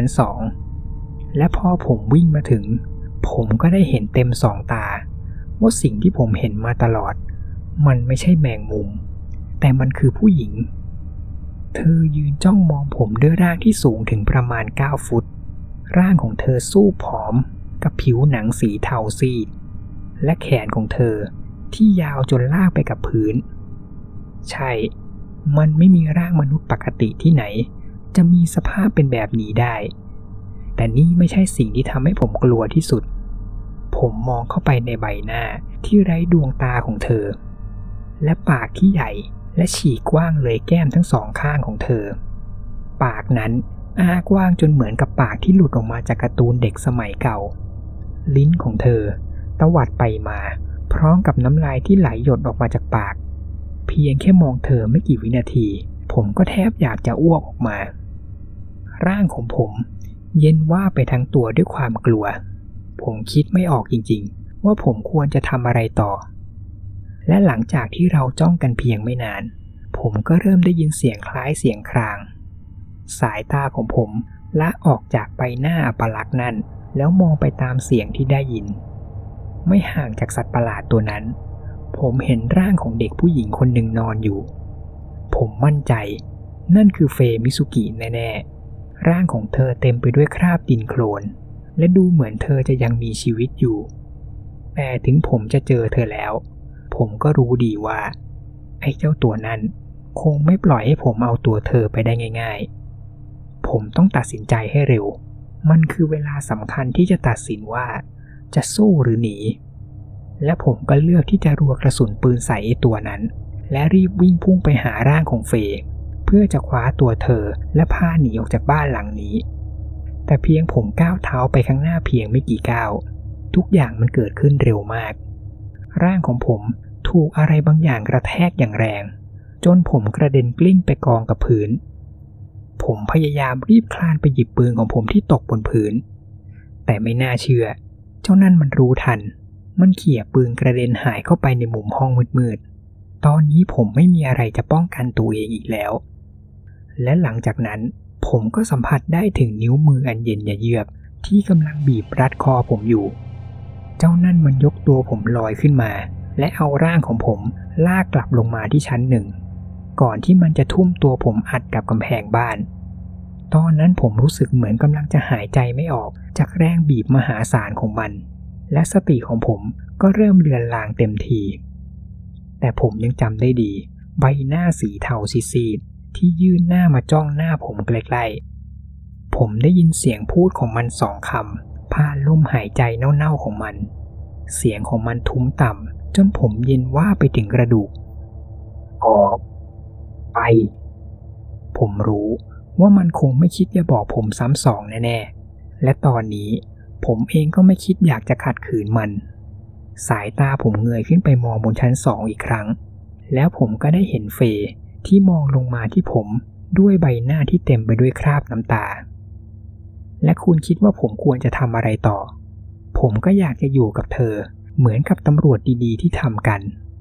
[SPEAKER 1] 2และพอผมวิ่งมาถึงผมก็ได้เห็นเต็ม2 ตาว่าสิ่งที่ผมเห็นมาตลอดมันไม่ใช่แมงมุมแต่มันคือผู้หญิงเธอยืนจ้องมองผมด้วยร่างที่สูงถึงประมาณ9 ฟุตร่างของเธอสู้ผอมกับผิวหนังสีเทาซีดและแขนของเธอที่ยาวจนลากไปกับพื้นใช่มันไม่มีร่างมนุษย์ปกติที่ไหนจะมีสภาพเป็นแบบนี้ได้แต่นี่ไม่ใช่สิ่งที่ทำให้ผมกลัวที่สุดผมมองเข้าไปในใบหน้าที่ไร้ดวงตาของเธอและปากที่ใหญ่และฉีกกว้างเลยแก้มทั้ง2 ข้างของเธอปากนั้นอ้ากว้างจนเหมือนกับปากที่หลุดออกมาจากการ์ตูนเด็กสมัยเก่าลิ้นของเธอตวัดไปมาพร้อมกับน้ำลายที่ไหลหยดออกมาจากปากเพียงแค่มองเธอไม่กี่วินาทีผมก็แทบอยากจะอ้วกออกมาร่างของผมเย็นว่าไปทั้งตัวด้วยความกลัวผมคิดไม่ออกจริงๆว่าผมควรจะทำอะไรต่อและหลังจากที่เราจ้องกันเพียงไม่นานผมก็เริ่มได้ยินเสียงคล้ายเสียงครางสายตาของผมละออกจากใบหน้าอัปลักษณ์นั่นแล้วมองไปตามเสียงที่ได้ยินไม่ห่างจากสัตว์ประหลาดตัวนั้นผมเห็นร่างของเด็กผู้หญิงคนหนึ่งนอนอยู่ผมมั่นใจนั่นคือเฟมิซุกิแน่ๆร่างของเธอเต็มไปด้วยคราบดินโคลนและดูเหมือนเธอจะยังมีชีวิตอยู่แต่ถึงผมจะเจอเธอแล้วผมก็รู้ดีว่าไอ้เจ้าตัวนั้นคงไม่ปล่อยให้ผมเอาตัวเธอไปได้ง่ายๆผมต้องตัดสินใจให้เร็วมันคือเวลาสำคัญที่จะตัดสินว่าจะสู้หรือหนีและผมก็เลือกที่จะรัวกระสุนปืนใส่ไอ้ตัวนั้นและรีบวิ่งพุ่งไปหาร่างของเฟย์เพื่อจะคว้าตัวเธอและพาหนีออกจากบ้านหลังนี้แต่เพียงผมก้าวเท้าไปข้างหน้าเพียงไม่กี่ก้าวทุกอย่างมันเกิดขึ้นเร็วมากร่างของผมถูกอะไรบางอย่างกระแทกอย่างแรงจนผมกระเด็นกลิ้งไปกองกับพื้นผมพยายามรีบคลานไปหยิบปืนของผมที่ตกบนพื้นแต่ไม่น่าเชื่อเจ้านั่นมันรู้ทันมันเขี่ยปืนกระเด็นหายเข้าไปในมุมห้องมืดๆตอนนี้ผมไม่มีอะไรจะป้องกันตัวเองอีกแล้วและหลังจากนั้นผมก็สัมผัสได้ถึงนิ้วมืออันเย็นเยือกที่กำลังบีบรัดคอผมอยู่เจ้านั่นมันยกตัวผมลอยขึ้นมาและเอาร่างของผมลากกลับลงมาที่ชั้น1ก่อนที่มันจะทุ่มตัวผมอัดกับกำแพงบ้านตอนนั้นผมรู้สึกเหมือนกำลังจะหายใจไม่ออกจากแรงบีบมหาศาลของมันและสติของผมก็เริ่มเลือนลางเต็มทีแต่ผมยังจำได้ดีใบหน้าสีเทาซีดๆที่ยื่นหน้ามาจ้องหน้าผมใกล้ๆผมได้ยินเสียงพูดของมัน2 คำผ่านลมหายใจเน่าๆของมันเสียงของมันทุ้มต่ำจนผมเย็นว่าไปถึงกระดูกออกไปผมรู้ว่ามันคงไม่คิดจะบอกผมซ้ำ2แน่ๆและตอนนี้ผมเองก็ไม่คิดอยากจะขัดขืนมันสายตาผมเงยขึ้นไปมองบนชั้น2อีกครั้งแล้วผมก็ได้เห็นเฟย์ที่มองลงมาที่ผมด้วยใบหน้าที่เต็มไปด้วยคราบน้ำตาและคุณคิดว่าผมควรจะทำอะไรต่อผมก็อยากจะอยู่กับเธอเหมือนกับตำรวจดีๆที่ทำกันผ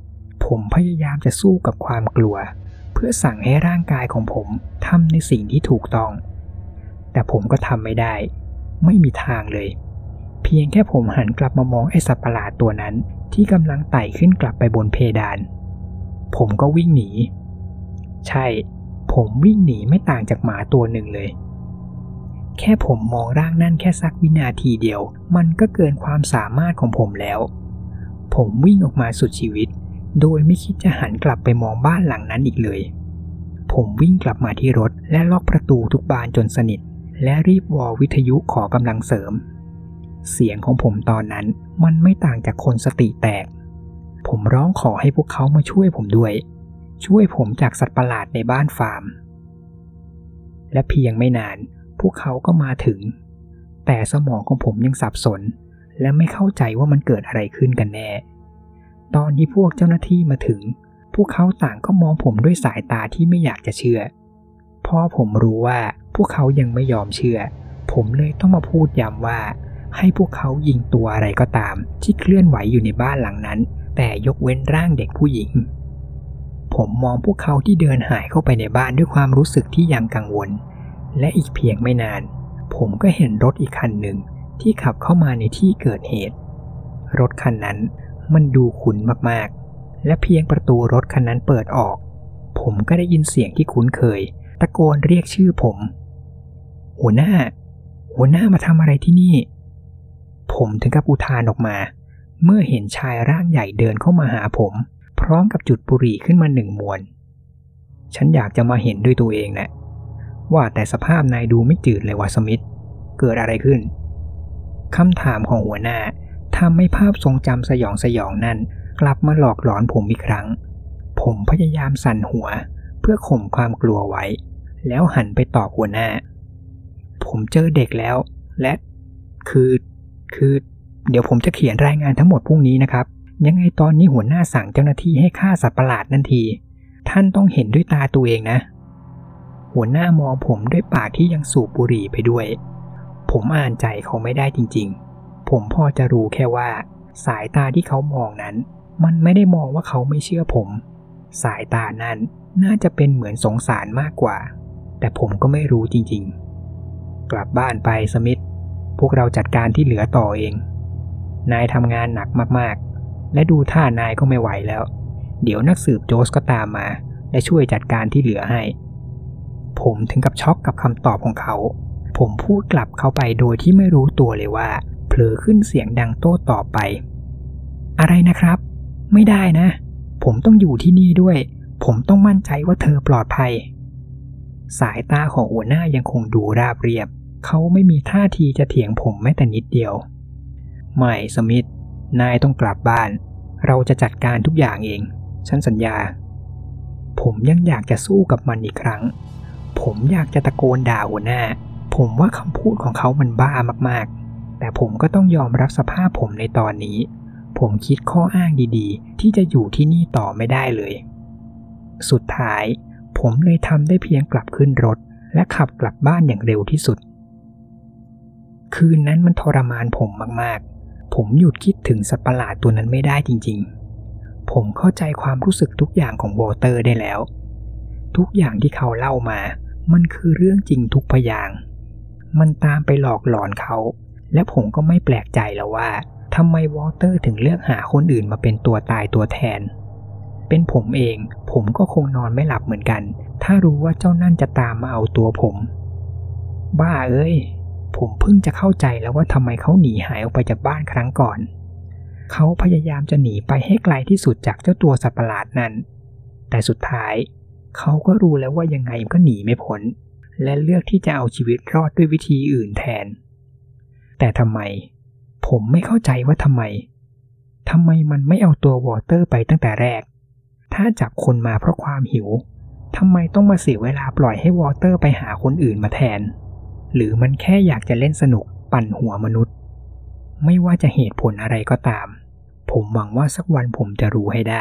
[SPEAKER 1] ผมพยายามจะสู้กับความกลัวเพื่อสั่งให้ร่างกายของผมทำในสิ่งที่ถูกต้องแต่ผมก็ทำไม่ได้ไม่มีทางเลยเพียงแค่ผมหันกลับมามองไอ้สัตว์ประหลาดตัวนั้นที่กำลังไต่ขึ้นกลับไปบนเพดานผมก็วิ่งหนีใช่ผมวิ่งหนีไม่ต่างจากหมาตัวหนึ่งเลยแค่ผมมองร่างนั่นแค่สักวินาทีเดียวมันก็เกินความสามารถของผมแล้วผมวิ่งออกมาสุดชีวิตโดยไม่คิดจะหันกลับไปมองบ้านหลังนั้นอีกเลยผมวิ่งกลับมาที่รถและล็อกประตูทุกบานจนสนิทและรีบวอลวิทยุขอกำลังเสริมเสียงของผมตอนนั้นมันไม่ต่างจากคนสติแตกผมร้องขอให้พวกเขามาช่วยผมด้วยช่วยผมจากสัตว์ประหลาดในบ้านฟาร์มและเพียงไม่นานพวกเขาก็มาถึงแต่สมองของผมยังสับสนและไม่เข้าใจว่ามันเกิดอะไรขึ้นกันแน่ตอนที่พวกเจ้าหน้าที่มาถึงพวกเขาต่างก็มองผมด้วยสายตาที่ไม่อยากจะเชื่อพอผมรู้ว่าพวกเขายังไม่ยอมเชื่อผมเลยต้องมาพูดย้ำว่าให้พวกเขายิงตัวอะไรก็ตามที่เคลื่อนไหวอยู่ในบ้านหลังนั้นแต่ยกเว้นร่างเด็กผู้หญิงผมมองพวกเขาที่เดินหายเข้าไปในบ้านด้วยความรู้สึกที่ยังกังวลและอีกเพียงไม่นานผมก็เห็นรถอีกคันหนึ่งที่ขับเข้ามาในที่เกิดเหตุรถคันนั้นมันดูคุ้นมากๆและเพียงประตูรถคันนั้นเปิดออกผมก็ได้ยินเสียงที่คุ้นเคยตะโกนเรียกชื่อผมหัวหน้ามาทำอะไรที่นี่ผมถึงกับอุทานออกมาเมื่อเห็นชายร่างใหญ่เดินเข้ามาหาผมพร้อมกับจุดบุหรี่ขึ้นมา1 มวนฉันอยากจะมาเห็นด้วยตัวเองนะว่าแต่สภาพนายดูไม่จืดเลยวะสมิธเกิดอะไรขึ้นคำถามของหัวหน้าทำให้ภาพทรงจำสยองนั่นกลับมาหลอกหลอนผมอีกครั้งผมพยายามสั่นหัวเพื่อข่มความกลัวไว้แล้วหันไปตอบหัวหน้าผมเจอเด็กแล้วและคือเดี๋ยวผมจะเขียนรายงานทั้งหมดพรุ่งนี้นะครับยังไงตอนนี้หัวหน้าสั่งเจ้าหน้าที่ให้ฆ่าสัตว์ประหลาดนั่นทีท่านต้องเห็นด้วยตาตัวเองนะหัวหน้ามองผมด้วยปากที่ยังสูบบุหรี่ไปด้วยผมอ่านใจเขาไม่ได้จริงๆผมพอจะรู้แค่ว่าสายตาที่เขามองนั้นมันไม่ได้มองว่าเขาไม่เชื่อผมสายตานั้นน่าจะเป็นเหมือนสงสารมากกว่าแต่ผมก็ไม่รู้จริงๆกลับบ้านไปสมิธพวกเราจัดการที่เหลือต่อเองนายทำงานหนักมากๆและดูท่านายก็ไม่ไหวแล้วเดี๋ยวนักสืบโจสก็ตามมาและช่วยจัดการที่เหลือให้ผมถึงกับช็อกกับคำตอบของเขาผมพูดกลับเขาไปโดยที่ไม่รู้ตัวเลยว่าเผลอขึ้นเสียงดังโต้ตอบไปอะไรนะครับไม่ได้นะผมต้องอยู่ที่นี่ด้วยผมต้องมั่นใจว่าเธอปลอดภัยสายตาของหัวหน้ายังคงดูราบเรียบเขาไม่มีท่าทีจะเถียงผมแม้แต่นิดเดียวไม่สมิธนายต้องกลับบ้านเราจะจัดการทุกอย่างเองฉันสัญญาผมยังอยากจะสู้กับมันอีกครั้งผมอยากจะตะโกนด่าหัวหน้าผมว่าคำพูดของเขามันบ้ามากๆแต่ผมก็ต้องยอมรับสภาพผมในตอนนี้ผมคิดข้ออ้างดีๆที่จะอยู่ที่นี่ต่อไม่ได้เลยสุดท้ายผมเลยทำได้เพียงกลับขึ้นรถและขับกลับบ้านอย่างเร็วที่สุดคืนนั้นมันทรมานผมมากๆผมหยุดคิดถึงสัตว์ประหลาดตัวนั้นไม่ได้จริงๆผมเข้าใจความรู้สึกทุกอย่างของวอลเตอร์ได้แล้วทุกอย่างที่เขาเล่ามามันคือเรื่องจริงทุกพยางค์มันตามไปหลอกหลอนเขาและผมก็ไม่แปลกใจแล้วว่าทำไมวอลเตอร์ถึงเลือกหาคนอื่นมาเป็นตัวตายตัวแทนเป็นผมเองผมก็คงนอนไม่หลับเหมือนกันถ้ารู้ว่าเจ้านั่นจะตามมาเอาตัวผมบ้าเอ้ยผมเพิ่งจะเข้าใจแล้วว่าทำไมเขาหนีหายออกไปจากบ้านครั้งก่อนเขาพยายามจะหนีไปให้ไกลที่สุดจากเจ้าตัวสัตว์ประหลาดนั้นแต่สุดท้ายเขาก็รู้แล้วว่ายังไงก็หนีไม่พ้นและเลือกที่จะเอาชีวิตรอดด้วยวิธีอื่นแทนแต่ทำไมผมไม่เข้าใจว่าทำไมมันไม่เอาตัววอเตอร์ไปตั้งแต่แรกถ้าจับคนมาเพราะความหิวทำไมต้องมาเสียเวลาปล่อยให้วอเตอร์ไปหาคนอื่นมาแทนหรือมันแค่อยากจะเล่นสนุกปั่นหัวมนุษย์ไม่ว่าจะเหตุผลอะไรก็ตามผมหวังว่าสักวันผมจะรู้ให้ได้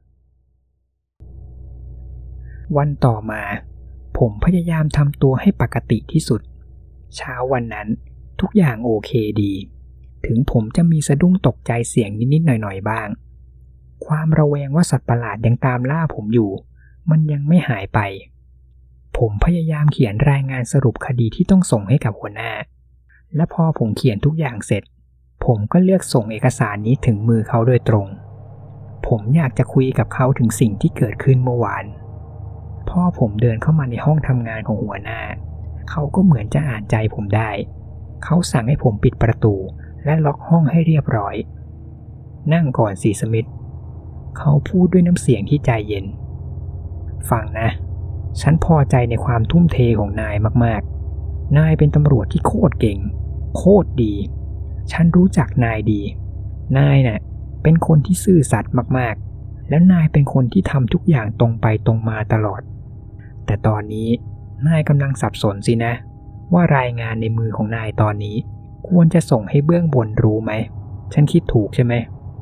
[SPEAKER 1] วันต่อมาผมพยายามทำตัวให้ปกติที่สุดเช้าวันนั้นทุกอย่างโอเคดีถึงผมจะมีสะดุ้งตกใจเสียงนิดๆหน่อยๆบ้างความระแวงว่าสัตว์ประหลาดยังตามล่าผมอยู่มันยังไม่หายไปผมพยายามเขียนรายงานสรุปคดีที่ต้องส่งให้กับหัวหน้าและพอผมเขียนทุกอย่างเสร็จผมก็เลือกส่งเอกสารนี้ถึงมือเขาโดยตรงผมอยากจะคุยกับเขาถึงสิ่งที่เกิดขึ้นเมื่อวานพ่อผมเดินเข้ามาในห้องทำงานของหัวหน้าเขาก็เหมือนจะอ่านใจผมได้เขาสั่งให้ผมปิดประตูและล็อกห้องให้เรียบร้อยนั่งก่อนสิสมิธเขาพูดด้วยน้ำเสียงที่ใจเย็นฟังนะฉันพอใจในความทุ่มเทของนายมากๆนายเป็นตำรวจที่โคตรเก่งโคตรดีฉันรู้จักนายดีนายน่ะเป็นคนที่ซื่อสัตย์มากๆแล้วนายเป็นคนที่ทำทุกอย่างตรงไปตรงมาตลอดแต่ตอนนี้นายกำลังสับสนสินะว่ารายงานในมือของนายตอนนี้ควรจะส่งให้เบื้องบนรู้ไหมฉันคิดถูกใช่ไหม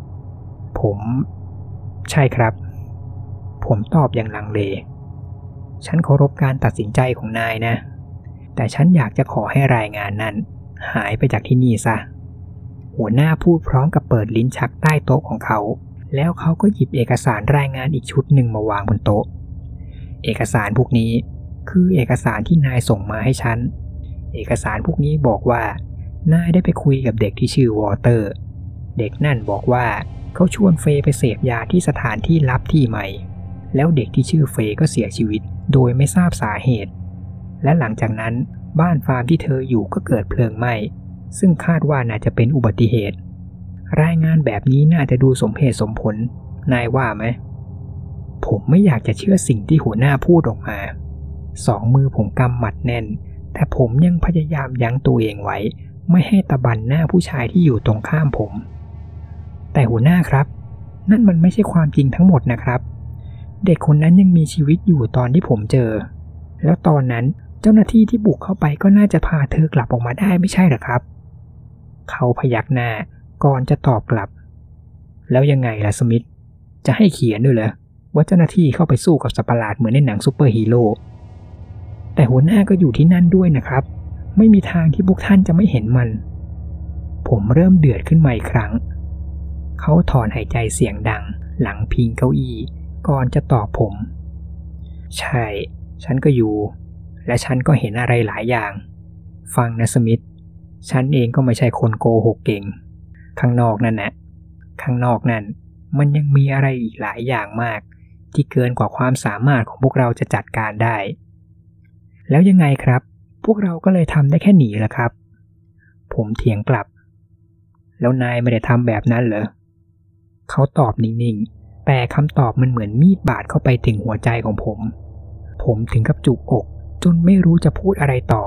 [SPEAKER 1] ใช่ครับผมตอบอย่างลังเลฉันเคารพการตัดสินใจของนายนะแต่ฉันอยากจะขอให้รายงานนั้นหายไปจากที่นี่ซะหัวหน้าพูดพร้อมกับเปิดลิ้นชักใต้โต๊ะของเขาแล้วเขาก็หยิบเอกสารรายงานอีกชุดหนึ่งมาวางบนโต๊ะเอกสารพวกนี้คือเอกสารที่นายส่งมาให้ฉันเอกสารพวกนี้บอกว่านายได้ไปคุยกับเด็กที่ชื่อวอเตอร์เด็กนั่นบอกว่าเขาชวนเฟย์ไปเสพยาที่สถานที่ลับที่ใหม่แล้วเด็กที่ชื่อเฟย์ก็เสียชีวิตโดยไม่ทราบสาเหตุและหลังจากนั้นบ้านฟาร์มที่เธออยู่ก็เกิดเพลิงไหม้ซึ่งคาดว่าน่าจะเป็นอุบัติเหตุรายงานแบบนี้น่าจะดูสมเหตุสมผลนายว่าไหมผมไม่อยากจะเชื่อสิ่งที่หัวหน้าพูดออกมาสองมือผมกำหมัดแน่นแต่ผมยังพยายามยั้งตัวเองไว้ไม่ให้ตะบันหน้าผู้ชายที่อยู่ตรงข้ามผมแต่หัวหน้าครับนั่นมันไม่ใช่ความจริงทั้งหมดนะครับเด็กคนนั้นยังมีชีวิตอยู่ตอนที่ผมเจอแล้วตอนนั้นเจ้าหน้าที่ที่บุกเข้าไปก็น่าจะพาเธอกลับออกมาได้ไม่ใช่หรอครับเขาพยักหน้าก่อนจะตอบกลับแล้วยังไงล่ะสมิธจะให้เขียนด้วยเหรอว่าเจ้าหน้าที่เข้าไปสู้กับสัตว์ประหลาดเหมือนในหนังซูเปอร์ฮีโร่แต่หัวหน้าก็อยู่ที่นั่นด้วยนะครับไม่มีทางที่พวกท่านจะไม่เห็นมันผมเริ่มเดือดขึ้นมาอีกครั้งเขาถอนหายใจเสียงดังหลังพิงเก้าอี้ก่อนจะตอบผมใช่ฉันก็อยู่และฉันก็เห็นอะไรหลายอย่างฟังนะสมิธฉันเองก็ไม่ใช่คนโกหกเก่งข้างนอกนั่นมันยังมีอะไรอีกหลายอย่างมากที่เกินกว่าความสามารถของพวกเราจะจัดการได้แล้วยังไงครับพวกเราก็เลยทำได้แค่หนีแหละครับผมเถียงกลับแล้วนายไม่ได้ทำแบบนั้นเหรอเขาตอบนิ่งๆแต่คำตอบมันเหมือนมีดบาดเข้าไปถึงหัวใจของผมถึงกับจุกอกจนไม่รู้จะพูดอะไรต่อ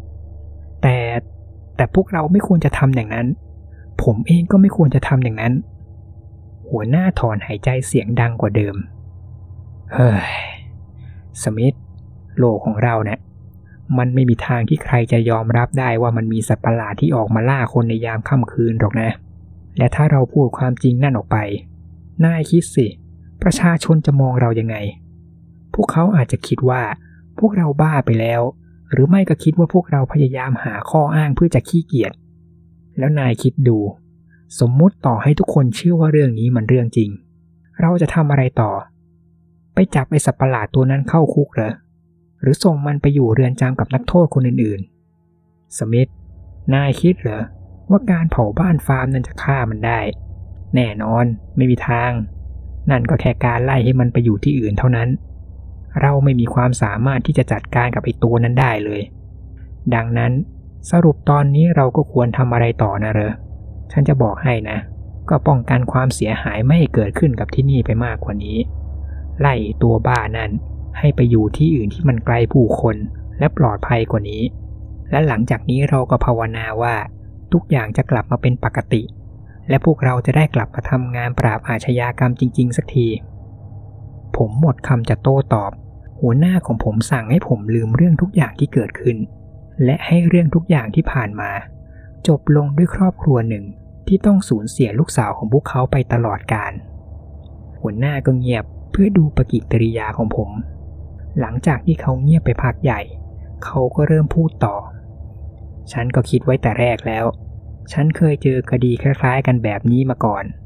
[SPEAKER 1] แต่พวกเราไม่ควรจะทำอย่างนั้นผมเองก็ไม่ควรจะทำอย่างนั้นหัวหน้าถอนหายใจเสียงดังกว่าเดิมเฮ้ยสมิธโลกของเราเนี่ยมันไม่มีทางที่ใครจะยอมรับได้ว่ามันมีสัตว์ประหลาดที่ออกมาล่าคนในยามค่ำคืนหรอกนะและถ้าเราพูดความจริงนั่นออกไปนายคิดสิประชาชนจะมองเรายังไงพวกเขาอาจจะคิดว่าพวกเราบ้าไปแล้วหรือไม่ก็คิดว่าพวกเราพยายามหาข้ออ้างเพื่อจะขี้เกียจแล้วนายคิดดูสมมุติต่อให้ทุกคนเชื่อว่าเรื่องนี้มันเรื่องจริงเราจะทำอะไรต่อไปจับไอ้สัตว์ประหลาดตัวนั้นเข้าคุกเหรอหรือส่งมันไปอยู่เรือนจำกับนักโทษคนอื่นๆสมิธนายคิดเหรอว่าการเผาบ้านฟาร์มนั้นจะฆ่ามันได้แน่นอนไม่มีทางนั่นก็แค่การไล่ให้มันไปอยู่ที่อื่นเท่านั้นเราไม่มีความสามารถที่จะจัดการกับไอ้ตัวนั้นได้เลยดังนั้นสรุปตอนนี้เราก็ควรทำอะไรต่อนะเหรอฉันจะบอกให้นะก็ป้องกันความเสียหายไม่ให้เกิดขึ้นกับที่นี่ไปมากกว่านี้ไล่ตัวบ้านั่นให้ไปอยู่ที่อื่นที่มันไกลผู้คนและปลอดภัยกว่านี้และหลังจากนี้เราก็ภาวนาว่าทุกอย่างจะกลับมาเป็นปกติและพวกเราจะได้กลับมาทำงานปราบอาชญากรรมจริงๆสักทีผมหมดคำจะโต้ตอบหัวหน้าของผมสั่งให้ผมลืมเรื่องทุกอย่างที่เกิดขึ้นและให้เรื่องทุกอย่างที่ผ่านมาจบลงด้วยครอบครัวหนึ่งที่ต้องสูญเสียลูกสาวของพวกเขาไปตลอดกาลหัวหน้าก็เงียบเพื่อดูปฏิกิริยาของผมหลังจากที่เขาเงียบไปพักใหญ่เขาก็เริ่มพูดต่อฉันก็คิดไว้แต่แรกแล้วฉันเคยเจอคดีคล้ายๆกันแบบนี้มาก่อน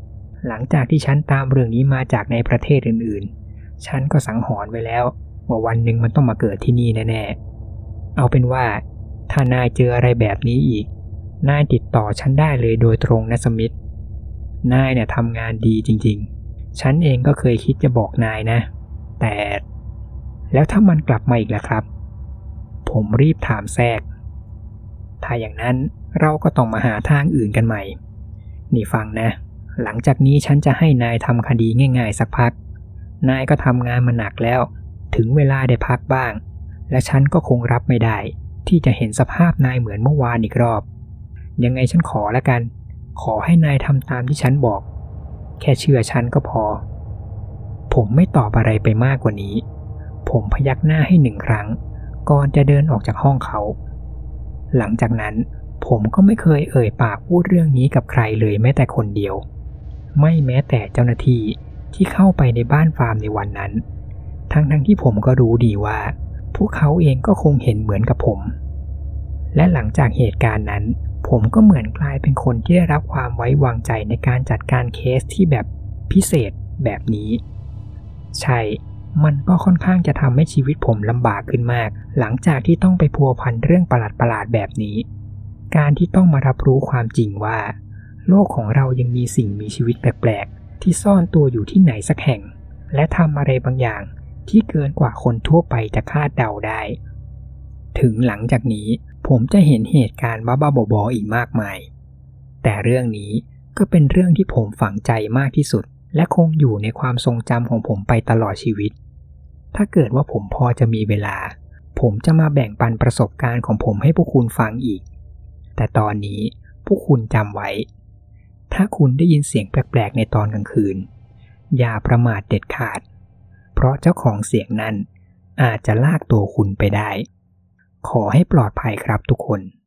[SPEAKER 1] หลังจากที่ฉันตามเรื่องนี้มาจากในประเทศอื่นๆฉันก็สังหรณ์ไว้แล้วว่าวันหนึ่งมันต้องมาเกิดที่นี่แน่ๆเอาเป็นว่าถ้านายเจออะไรแบบนี้อีกนายติดต่อฉันได้เลยโดยตรงนะสมิธนายเนี่ยทำงานดีจริงๆฉันเองก็เคยคิดจะบอกนายนะแต่แล้วถ้ามันกลับมาอีกล่ะครับผมรีบถามแทรกถ้าอย่างนั้นเราก็ต้องมาหาทางอื่นกันใหม่นี่ฟังนะหลังจากนี้ฉันจะให้นายทำคดีง่ายๆสักพักนายก็ทำงานมาหนักแล้วถึงเวลาได้พักบ้างและฉันก็คงรับไม่ได้ที่จะเห็นสภาพนายเหมือนเมื่อวานอีกรอบยังไงฉันขอละกันขอให้นายทำตามที่ฉันบอกแค่เชื่อฉันก็พอผมไม่ตอบอะไรไปมากกว่านี้ผมพยักหน้าให้1 ครั้งก่อนจะเดินออกจากห้องเขาหลังจากนั้นผมก็ไม่เคยเอ่ยปากพูดเรื่องนี้กับใครเลยแม้แต่คนเดียวไม่แม้แต่เจ้าหน้าที่ที่เข้าไปในบ้านฟาร์มในวันนั้นทั้งที่ผมก็รู้ดีว่าพวกเขาเองก็คงเห็นเหมือนกับผมและหลังจากเหตุการณ์นั้นผมก็เหมือนกลายเป็นคนที่ได้รับความไว้วางใจในการจัดการเคสที่แบบพิเศษแบบนี้ใช่มันก็ค่อนข้างจะทำให้ชีวิตผมลำบากขึ้นมากหลังจากที่ต้องไปพัวพันเรื่องประหลาดๆแบบนี้การที่ต้องมารับรู้ความจริงว่าโลกของเรายังมีสิ่งมีชีวิตแปลกๆที่ซ่อนตัวอยู่ที่ไหนสักแห่งและทำอะไรบางอย่างที่เกินกว่าคนทั่วไปจะคาดเดาได้ถึงหลังจากนี้ผมจะเห็นเหตุการณ์บ้าๆบอๆอีกมากมายแต่เรื่องนี้ก็เป็นเรื่องที่ผมฝังใจมากที่สุดและคงอยู่ในความทรงจำของผมไปตลอดชีวิตถ้าเกิดว่าผมพอจะมีเวลาผมจะมาแบ่งปันประสบการณ์ของผมให้พวกคุณฟังอีกแต่ตอนนี้พวกคุณจำไว้ถ้าคุณได้ยินเสียงแปลกๆในตอนกลางคืนอย่าประมาทเด็ดขาดเพราะเจ้าของเสียงนั้นอาจจะลากตัวคุณไปได้ขอให้ปลอดภัยครับทุกคน